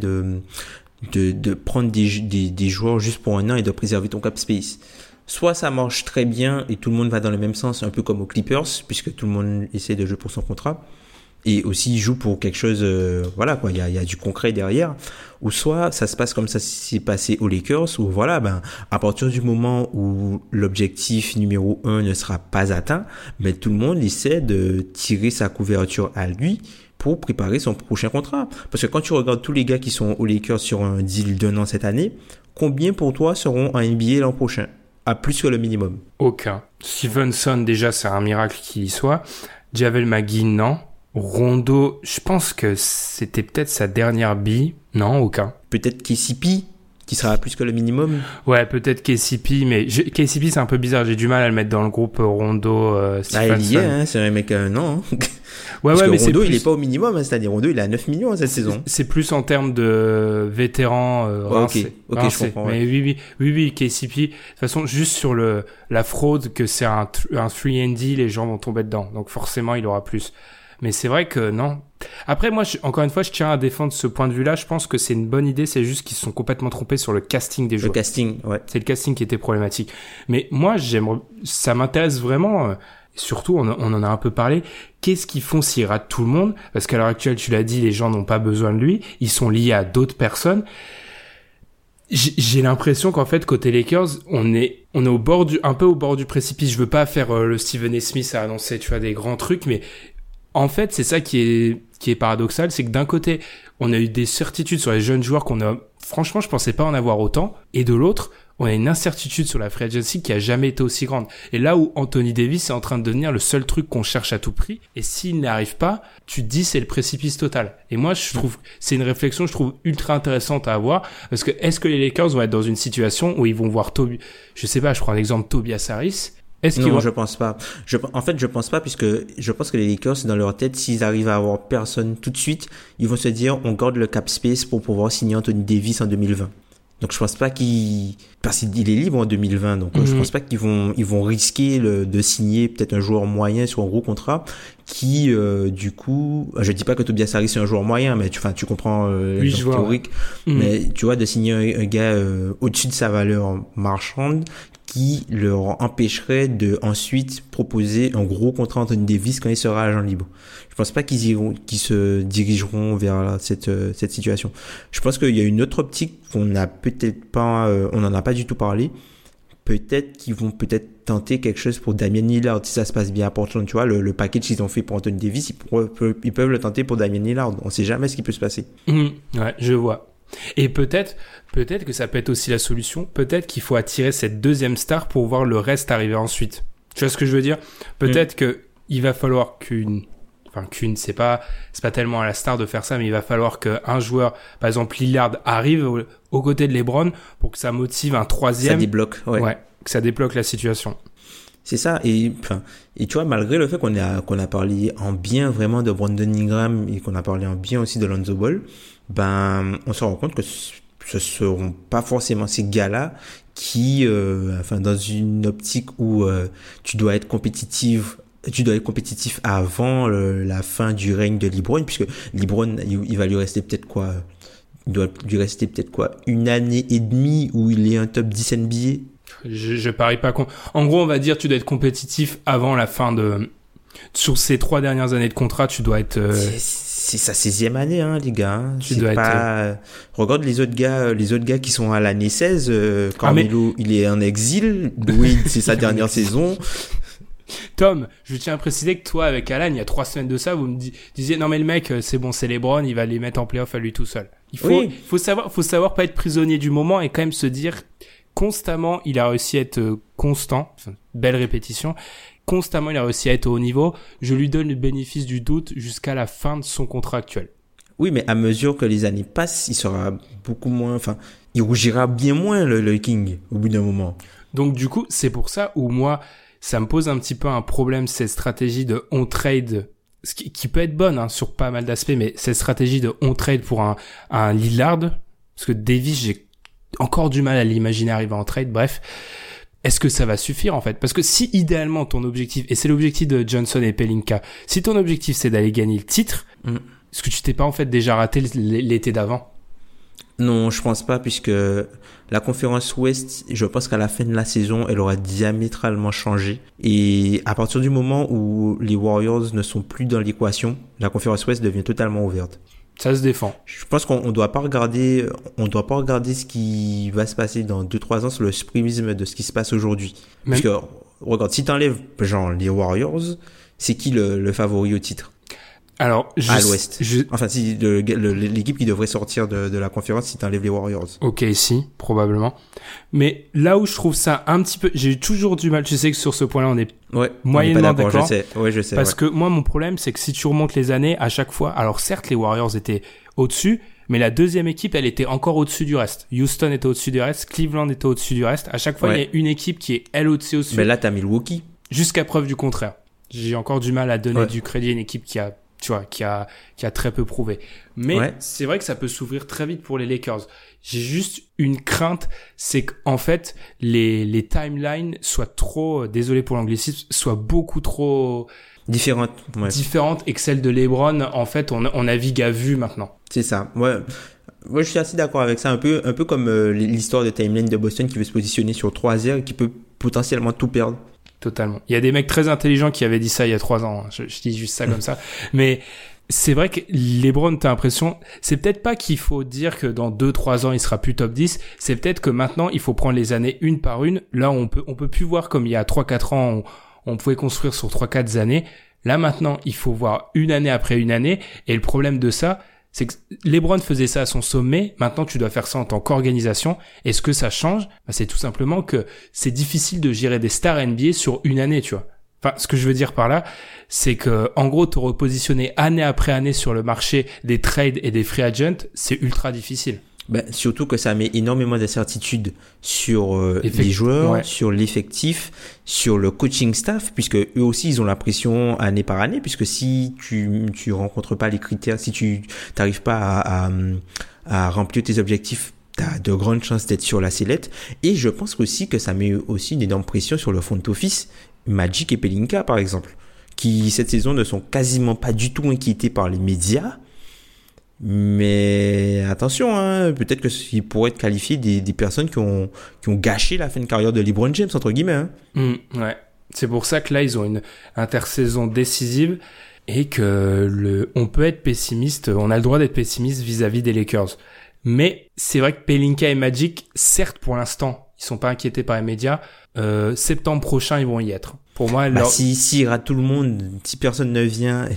de prendre des joueurs juste pour un an et de préserver ton cap space. Soit ça marche très bien et tout le monde va dans le même sens, un peu comme aux Clippers, puisque tout le monde essaie de jouer pour son contrat. Et aussi joue pour quelque chose, voilà quoi, il y a du concret derrière. Ou soit ça se passe comme ça s'est passé aux Lakers, où voilà, à partir du moment où l'objectif numéro 1 ne sera pas atteint, tout le monde essaie de tirer sa couverture à lui pour préparer son prochain contrat. Parce que quand tu regardes tous les gars qui sont aux Lakers sur un deal d'1 an cette année, combien pour toi seront en NBA l'an prochain? À plus que le minimum? Aucun. Stevenson, déjà, c'est un miracle qu'il y soit. Javel McGee, non. Rondo, je pense que c'était peut-être sa dernière bille. Non, aucun. Peut-être KCP, qui sera à plus que le minimum. Ouais, peut-être KCP, mais KCP, c'est un peu bizarre. J'ai du mal à le mettre dans le groupe Rondo, Stevenson. Ah, il y est, hein, c'est un mec, non. Ouais, parce que mais Rondo, il est pas au minimum, hein, c'est-à-dire Rondo, il est à 9 millions cette saison. C'est plus en termes de vétérans, rincés. Ok, je comprends. Mais ouais. oui, KCP. De toute façon, juste sur la fraude, que c'est un 3&D, les gens vont tomber dedans. Donc forcément, il aura plus. Mais c'est vrai que non. Après, moi, encore une fois, je tiens à défendre ce point de vue-là. Je pense que c'est une bonne idée. C'est juste qu'ils se sont complètement trompés sur le casting des joueurs. Le casting, ouais. C'est le casting qui était problématique. Mais moi, ça m'intéresse vraiment. Surtout, on en a un peu parlé. Qu'est-ce qu'ils font s'ils ratent tout le monde? Parce qu'à l'heure actuelle, tu l'as dit, les gens n'ont pas besoin de lui. Ils sont liés à d'autres personnes. J'ai l'impression qu'en fait, côté Lakers, on est un peu au bord du précipice. Je veux pas faire le Stephen A. Smith à annoncer, tu vois, des grands trucs, mais en fait, c'est ça qui est paradoxal, c'est que d'un côté, on a eu des certitudes sur les jeunes joueurs franchement, je pensais pas en avoir autant, et de l'autre, on a une incertitude sur la free agency qui a jamais été aussi grande. Et là où Anthony Davis est en train de devenir le seul truc qu'on cherche à tout prix, et s'il n'arrive pas, tu te dis c'est le précipice total. Et moi, je trouve, c'est une réflexion, je trouve ultra intéressante à avoir, parce que est-ce que les Lakers vont être dans une situation où ils vont voir je sais pas, je prends un exemple, Tobias Harris. Non, je pense pas. En fait, je pense pas puisque je pense que les Lakers, dans leur tête, s'ils arrivent à avoir personne tout de suite, ils vont se dire, on garde le cap space pour pouvoir signer Anthony Davis en 2020. Donc je pense pas parce qu'il est libre en 2020, donc je pense pas qu'ils vont risquer de signer peut-être un joueur moyen sur un gros contrat qui du coup, je dis pas que Tobias Harris c'est un joueur moyen, mais tu comprends l'exemple théorique, mais tu vois, de signer un gars au-dessus de sa valeur marchande qui leur empêcherait de ensuite proposer un gros contrat à Anthony Davis quand il sera agent libre. Je pense pas qu'ils se dirigeront vers cette situation. Je pense qu'il y a une autre optique qu'on n'a peut-être pas, on n'en a pas du tout parlé. Peut-être qu'ils vont tenter quelque chose pour Damian Lillard si ça se passe bien à Portland. Tu vois, le package qu'ils ont fait pour Anthony Davis, ils peuvent le tenter pour Damian Lillard. On sait jamais ce qui peut se passer. Ouais, je vois. Et peut-être que ça peut être aussi la solution. Peut-être qu'il faut attirer cette deuxième star pour voir le reste arriver ensuite. Tu vois ce que je veux dire? Peut-être que il va falloir c'est pas tellement à la star de faire ça, mais il va falloir qu'un joueur, par exemple Lillard, arrive aux côtés de LeBron pour que ça motive un troisième. Ça débloque, ouais, que ça débloque la situation. C'est ça, et tu vois, malgré le fait qu'on a parlé en bien vraiment de Brandon Ingram et qu'on a parlé en bien aussi de Lonzo Ball, on se rend compte que ce seront pas forcément ces gars-là qui, dans une optique où tu dois être compétitif avant la fin du règne de LeBron, puisque LeBron, il va lui rester peut-être quoi, une année et demie où il est un top 10 NBA. Je parie pas en gros, on va dire, tu dois être compétitif avant la fin sur ces 3 dernières années de contrat, tu dois être, c'est sa 16e année, hein, les gars. Tu dois être... Regarde les autres gars qui sont à l'année 16, Carmelo, il est en exil, Louis, c'est sa dernière saison. Tom, je tiens à préciser que toi, avec Alan, il y a 3 semaines de ça, vous me disiez, non mais le mec, c'est bon, c'est LeBron, il va les mettre en play-off à lui tout seul. Il faut savoir pas être prisonnier du moment et quand même se dire, constamment, il a réussi à être constant, belle répétition, constamment il a réussi à être au haut niveau, je lui donne le bénéfice du doute jusqu'à la fin de son contrat actuel. Oui, mais à mesure que les années passent, il sera beaucoup moins, il rougira bien moins le King au bout d'un moment. Donc du coup, c'est pour ça où moi, ça me pose un petit peu un problème, cette stratégie de on-trade, qui peut être bonne sur pas mal d'aspects, mais cette stratégie de on-trade pour un Lillard, parce que Davis, j'ai encore du mal à l'imaginer arriver en trade, bref. Est-ce que ça va suffire en fait? Parce que si idéalement ton objectif, et c'est l'objectif de Johnson et Pelinka, si ton objectif c'est d'aller gagner le titre, est-ce que tu t'es pas en fait déjà raté l'été d'avant? Non, je pense pas, puisque la conférence Ouest, je pense qu'à la fin de la saison, elle aura diamétralement changé. Et à partir du moment où les Warriors ne sont plus dans l'équation, la conférence Ouest devient totalement ouverte. Ça se défend. Je pense qu'on doit pas regarder ce qui va se passer dans 2-3 ans sur le prisme de ce qui se passe aujourd'hui. Parce que, regarde, si t'enlèves, les Warriors, c'est qui le favori au titre? Alors, à l'Ouest. Enfin, si l'équipe qui devrait sortir de la conférence si t'enlèves les Warriors. Ok, si, probablement. Mais là où je trouve ça un petit peu, j'ai toujours du mal. Je sais que sur ce point-là, on est moyennement d'accord. Je sais. Parce que moi, mon problème, c'est que si tu remontes les années, à chaque fois, alors certes, les Warriors étaient au-dessus, mais la deuxième équipe, elle était encore au-dessus du reste. Houston était au-dessus du reste, Cleveland était au-dessus du reste. À chaque fois, il y a une équipe qui est, elle, au-dessus. Mais là, t'as Milwaukee. Jusqu'à preuve du contraire. J'ai encore du mal à donner du crédit à une équipe qui a très peu prouvé. Mais c'est vrai que ça peut s'ouvrir très vite pour les Lakers. J'ai juste une crainte, c'est qu'en fait, les timelines soient trop, désolé pour l'anglicisme, soient beaucoup trop différentes et que celle de LeBron, en fait, on navigue à vue maintenant. C'est ça. Ouais. Moi, je suis assez d'accord avec ça. Un peu comme l'histoire de timeline de Boston qui veut se positionner sur 3 heures et qui peut potentiellement tout perdre. Totalement. Il y a des mecs très intelligents qui avaient dit ça il y a 3 ans. Je dis juste ça comme ça. Mais c'est vrai que LeBron, t'as l'impression, c'est peut-être pas qu'il faut dire que dans 2-3 ans, il sera plus top 10. C'est peut-être que maintenant, il faut prendre les années une par une. Là, on peut plus voir comme il y a 3-4 ans, on pouvait construire sur 3-4 années. Là, maintenant, il faut voir une année après une année. Et le problème de ça, c'est que LeBron faisait ça à son sommet. Maintenant, tu dois faire ça en tant qu'organisation. Et ce que ça change, c'est tout simplement que c'est difficile de gérer des stars NBA sur une année, tu vois. Enfin, ce que je veux dire par là, c'est que, en gros, te repositionner année après année sur le marché des trades et des free agents, c'est ultra difficile. Surtout que ça met énormément d'incertitudes sur les joueurs, sur l'effectif, sur le coaching staff, puisque eux aussi ils ont la pression année par année, puisque si tu rencontres pas les critères, si tu t'arrives pas à remplir tes objectifs t'as de grandes chances d'être sur la sellette. Et je pense aussi que ça met aussi une énorme pression sur le front office, Magic et Pelinka par exemple, qui cette saison ne sont quasiment pas du tout inquiétés par les médias. Mais attention, hein, peut-être qu'ils pourraient être qualifiés des personnes qui ont gâché la fin de carrière de LeBron James, entre guillemets. Hein. Ouais. C'est pour ça que là, ils ont une intersaison décisive et que on peut être pessimiste, on a le droit d'être pessimiste vis-à-vis des Lakers. Mais c'est vrai que Pelinka et Magic, certes pour l'instant, ils sont pas inquiétés par les médias. Septembre prochain, ils vont y être. Pour moi, si rate tout le monde, si personne ne vient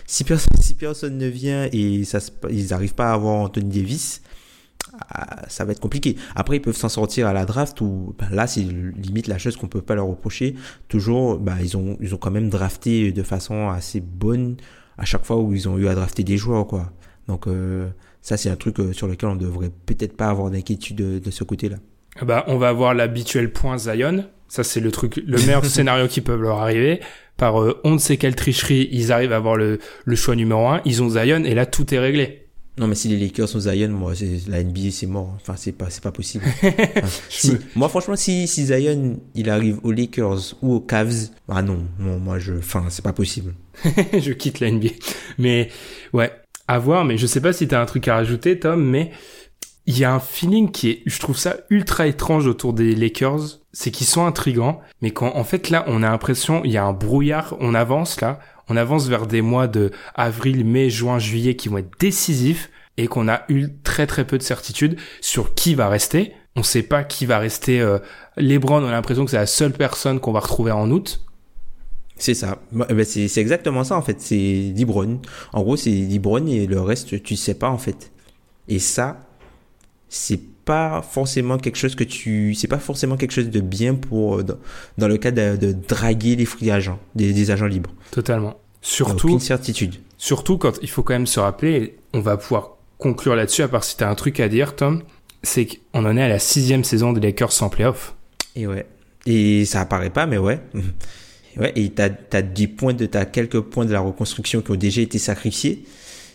et ils n'arrivent pas à avoir Anthony Davis, ça va être compliqué. Après, ils peuvent s'en sortir à la draft où là, c'est limite la chose qu'on peut pas leur reprocher. Toujours, ils ont quand même drafté de façon assez bonne à chaque fois où ils ont eu à drafter des joueurs, quoi. Donc ça, c'est un truc sur lequel on devrait peut-être pas avoir d'inquiétude de ce côté-là. On va avoir l'habituel point Zion. Ça, c'est le meilleur scénario qui peut leur arriver. Par on ne sait quelle tricherie, ils arrivent à avoir le choix numéro 1. Ils ont Zion et là, tout est réglé. Non, mais si les Lakers ont Zion, moi, la NBA, c'est mort. Enfin, c'est pas possible. Moi, franchement, si Zion, il arrive aux Lakers ou aux Cavs, moi, c'est pas possible. Je quitte la NBA. Mais, ouais, à voir. Mais je sais pas si t'as un truc à rajouter, Tom, mais il y a un feeling je trouve ça ultra étrange autour des Lakers. C'est qu'ils sont intrigants, mais en fait, là, on a l'impression, il y a un brouillard, on avance vers des mois de avril, mai, juin, juillet qui vont être décisifs et qu'on a eu très très peu de certitude sur qui va rester. On sait pas qui va rester. LeBron, on a l'impression que c'est la seule personne qu'on va retrouver en août. C'est ça. C'est exactement ça en fait. C'est LeBron. En gros, c'est LeBron et le reste, tu sais pas en fait. Et ça, c'est pas forcément quelque chose c'est pas forcément quelque chose de bien pour dans le cas de draguer les free agents, des agents libres. Totalement. Surtout aucune certitude. Surtout quand il faut quand même se rappeler, on va pouvoir conclure là-dessus à part si t'as un truc à dire, Tom, c'est qu'on en est à la 6e saison des Lakers sans playoff. Et ouais. Et ça apparaît pas, mais ouais. Ouais. Et t'as quelques points de la reconstruction qui ont déjà été sacrifiés.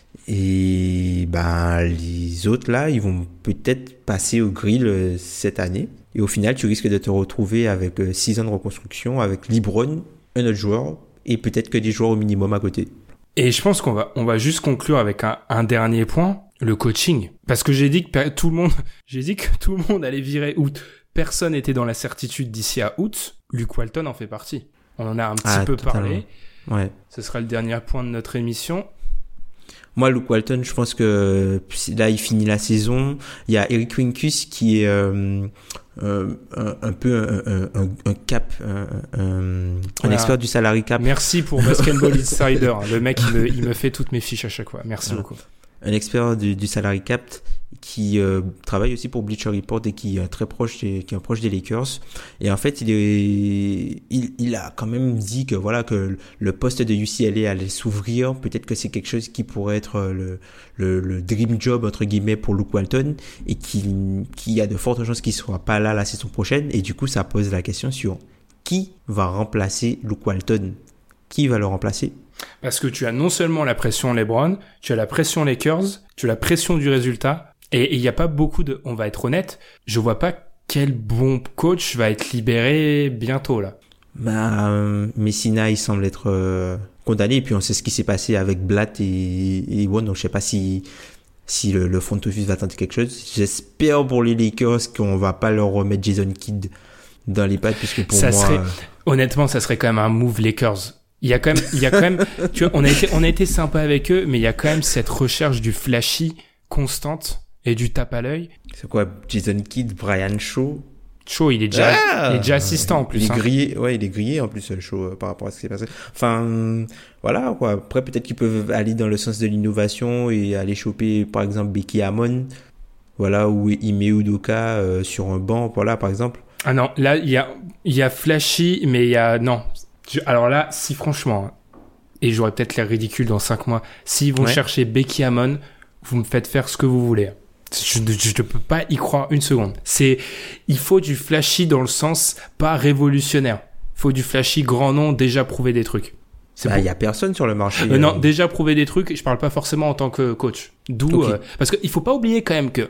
Et les autres là, ils vont peut-être passer au grill cette année. Et au final, tu risques de te retrouver avec 6 ans de reconstruction, avec LeBron, un autre joueur, et peut-être que des joueurs au minimum à côté. Et je pense qu'on va juste conclure avec un dernier point, le coaching. Parce que j'ai dit que tout le monde allait virer août. Personne n'était dans la certitude d'ici à août. Luke Walton en fait partie. On en a un petit peu parlé. Ouais. Ce sera le dernier point de notre émission. Moi, Luke Walton, je pense que là, il finit la saison. Il y a Eric Winkus qui est un peu un cap, un expert du salary cap. Merci pour Basketball Insider. Le mec, il me fait toutes mes fiches à chaque fois. Merci beaucoup. Un expert du salary cap qui travaille aussi pour Bleacher Report et qui est proche des Lakers. Et en fait, il a quand même dit que voilà que le poste de UCLA allait s'ouvrir. Peut-être que c'est quelque chose qui pourrait être le dream job entre guillemets pour Luke Walton et qui a de fortes chances qu'il soit pas là la saison prochaine. Et du coup, ça pose la question sur qui va remplacer Luke Walton. Qui va le remplacer? Parce que tu as non seulement la pression LeBron, tu as la pression Lakers, tu as la pression du résultat, et il n'y a pas beaucoup on va être honnête, je vois pas quel bon coach va être libéré bientôt, là. Messina, il semble être condamné, et puis on sait ce qui s'est passé avec Blatt et Won, donc je sais pas si le front office va tenter quelque chose. J'espère pour les Lakers qu'on va pas leur remettre Jason Kidd dans les pattes, puisque pour honnêtement, ça serait quand même un move Lakers. Il y a quand même, tu vois, on a été sympa avec eux, mais il y a quand même cette recherche du flashy constante et du tape à l'œil. C'est quoi, Jason Kidd, Brian Shaw? Shaw, il est déjà assistant en plus. Il est grillé en plus, Shaw, par rapport à ce qui s'est passé. Enfin, voilà, quoi. Après, peut-être qu'ils peuvent aller dans le sens de l'innovation et aller choper, par exemple, Becky Hammon. Voilà, ou Ime Udoka, sur un banc, voilà, par exemple. Ah non, là, il y a flashy, mais il y a, non. Alors là, si franchement, et j'aurais peut-être l'air ridicule dans 5 mois, s'ils vont chercher Becky Hammon, vous me faites faire ce que vous voulez. Je ne peux pas y croire une seconde. Il faut du flashy dans le sens pas révolutionnaire. Il faut du flashy grand nom, déjà prouver des trucs. Il y a personne sur le marché. Non, déjà prouver des trucs, je parle pas forcément en tant que coach. D'où, parce qu'il faut pas oublier quand même que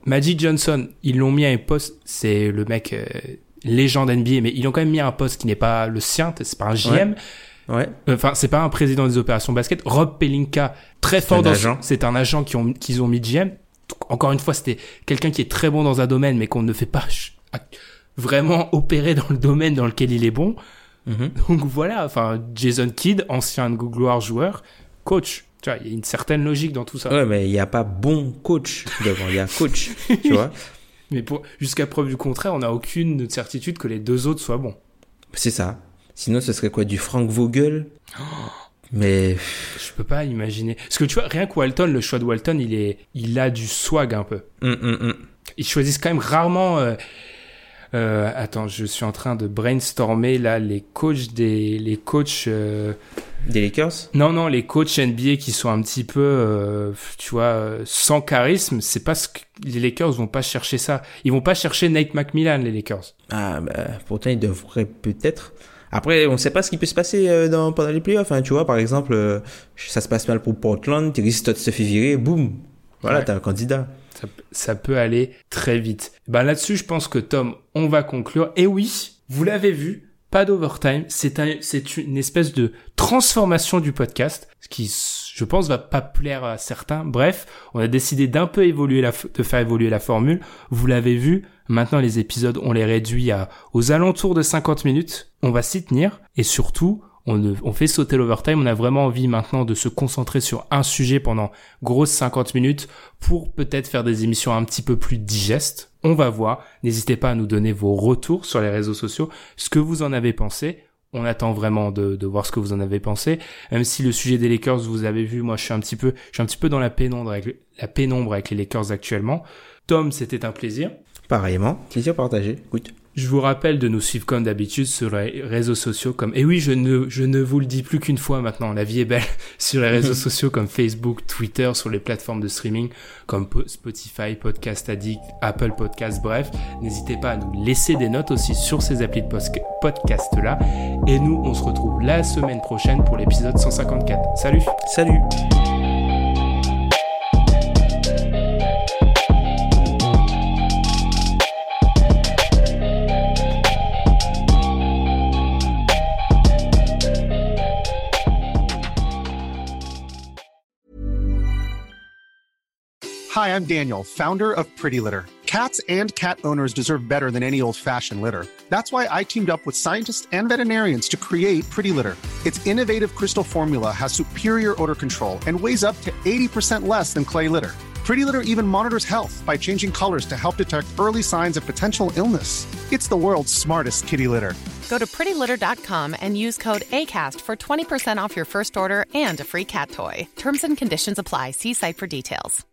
Magic Johnson, ils l'ont mis à un poste, c'est le mec légende NBA, mais ils l'ont quand même mis à un poste qui n'est pas le sien, c'est pas un GM. Ouais. Enfin, c'est pas un président des opérations basket. Rob Pelinka, très fort c'est un agent qu'ils ont mis GM. Encore une fois, c'était quelqu'un qui est très bon dans un domaine, mais qu'on ne fait pas vraiment opérer dans le domaine dans lequel il est bon. Donc voilà, enfin, Jason Kidd, ancien Gloire joueur, coach. Tu vois, il y a une certaine logique dans tout ça. Ouais, mais il n'y a pas bon coach devant, il y a coach, tu vois. Mais jusqu'à preuve du contraire, on n'a aucune certitude que les deux autres soient bons. C'est ça. Sinon, ce serait quoi, du Frank Vogel? Mais je peux pas imaginer. Parce que tu vois, rien que Walton, le choix de Walton, il a du swag un peu. Ils choisissent quand même rarement. Attends, je suis en train de brainstormer là les coachs des Lakers. Non, les coachs NBA qui sont un petit peu, tu vois, sans charisme. C'est pas ce que les Lakers vont pas chercher ça. Ils vont pas chercher Nate McMillan, les Lakers. Ah, bah, pourtant ils devraient peut-être. Après, on sait pas ce qui peut se passer pendant les playoffs. Hein. Tu vois, par exemple, ça se passe mal pour Portland, Terry Stotts se fait virer, boum, voilà, t'as un candidat. Ça peut aller très vite. Ben là-dessus, je pense que Tom, on va conclure. Et oui, vous l'avez vu, pas d'overtime. C'est une espèce de transformation du podcast, ce qui, je pense, va pas plaire à certains. Bref, on a décidé d'un peu de faire évoluer la formule. Vous l'avez vu. Maintenant, les épisodes, on les réduit aux alentours de 50 minutes. On va s'y tenir. Et surtout, on fait sauter l'overtime. On a vraiment envie maintenant de se concentrer sur un sujet pendant grosse 50 minutes pour peut-être faire des émissions un petit peu plus digestes. On va voir. N'hésitez pas à nous donner vos retours sur les réseaux sociaux, ce que vous en avez pensé. On attend vraiment de voir ce que vous en avez pensé. Même si le sujet des Lakers, vous avez vu, moi, je suis un petit peu dans la pénombre avec les Lakers actuellement. Tom, c'était un plaisir. Pareillement, plaisir partagé. Écoute. Je vous rappelle de nous suivre comme d'habitude sur les réseaux sociaux et oui, je ne vous le dis plus qu'une fois maintenant, la vie est belle, sur les réseaux sociaux comme Facebook, Twitter, sur les plateformes de streaming comme Spotify, Podcast Addict, Apple Podcast, bref. N'hésitez pas à nous laisser des notes aussi sur ces applis de podcast-là. Et nous, on se retrouve la semaine prochaine pour l'épisode 154. Salut! Salut! Hi, I'm Daniel, founder of Pretty Litter. Cats and cat owners deserve better than any old-fashioned litter. That's why I teamed up with scientists and veterinarians to create Pretty Litter. Its innovative crystal formula has superior odor control and weighs up to 80% less than clay litter. Pretty Litter even monitors health by changing colors to help detect early signs of potential illness. It's the world's smartest kitty litter. Go to prettylitter.com and use code ACAST for 20% off your first order and a free cat toy. Terms and conditions apply. See site for details.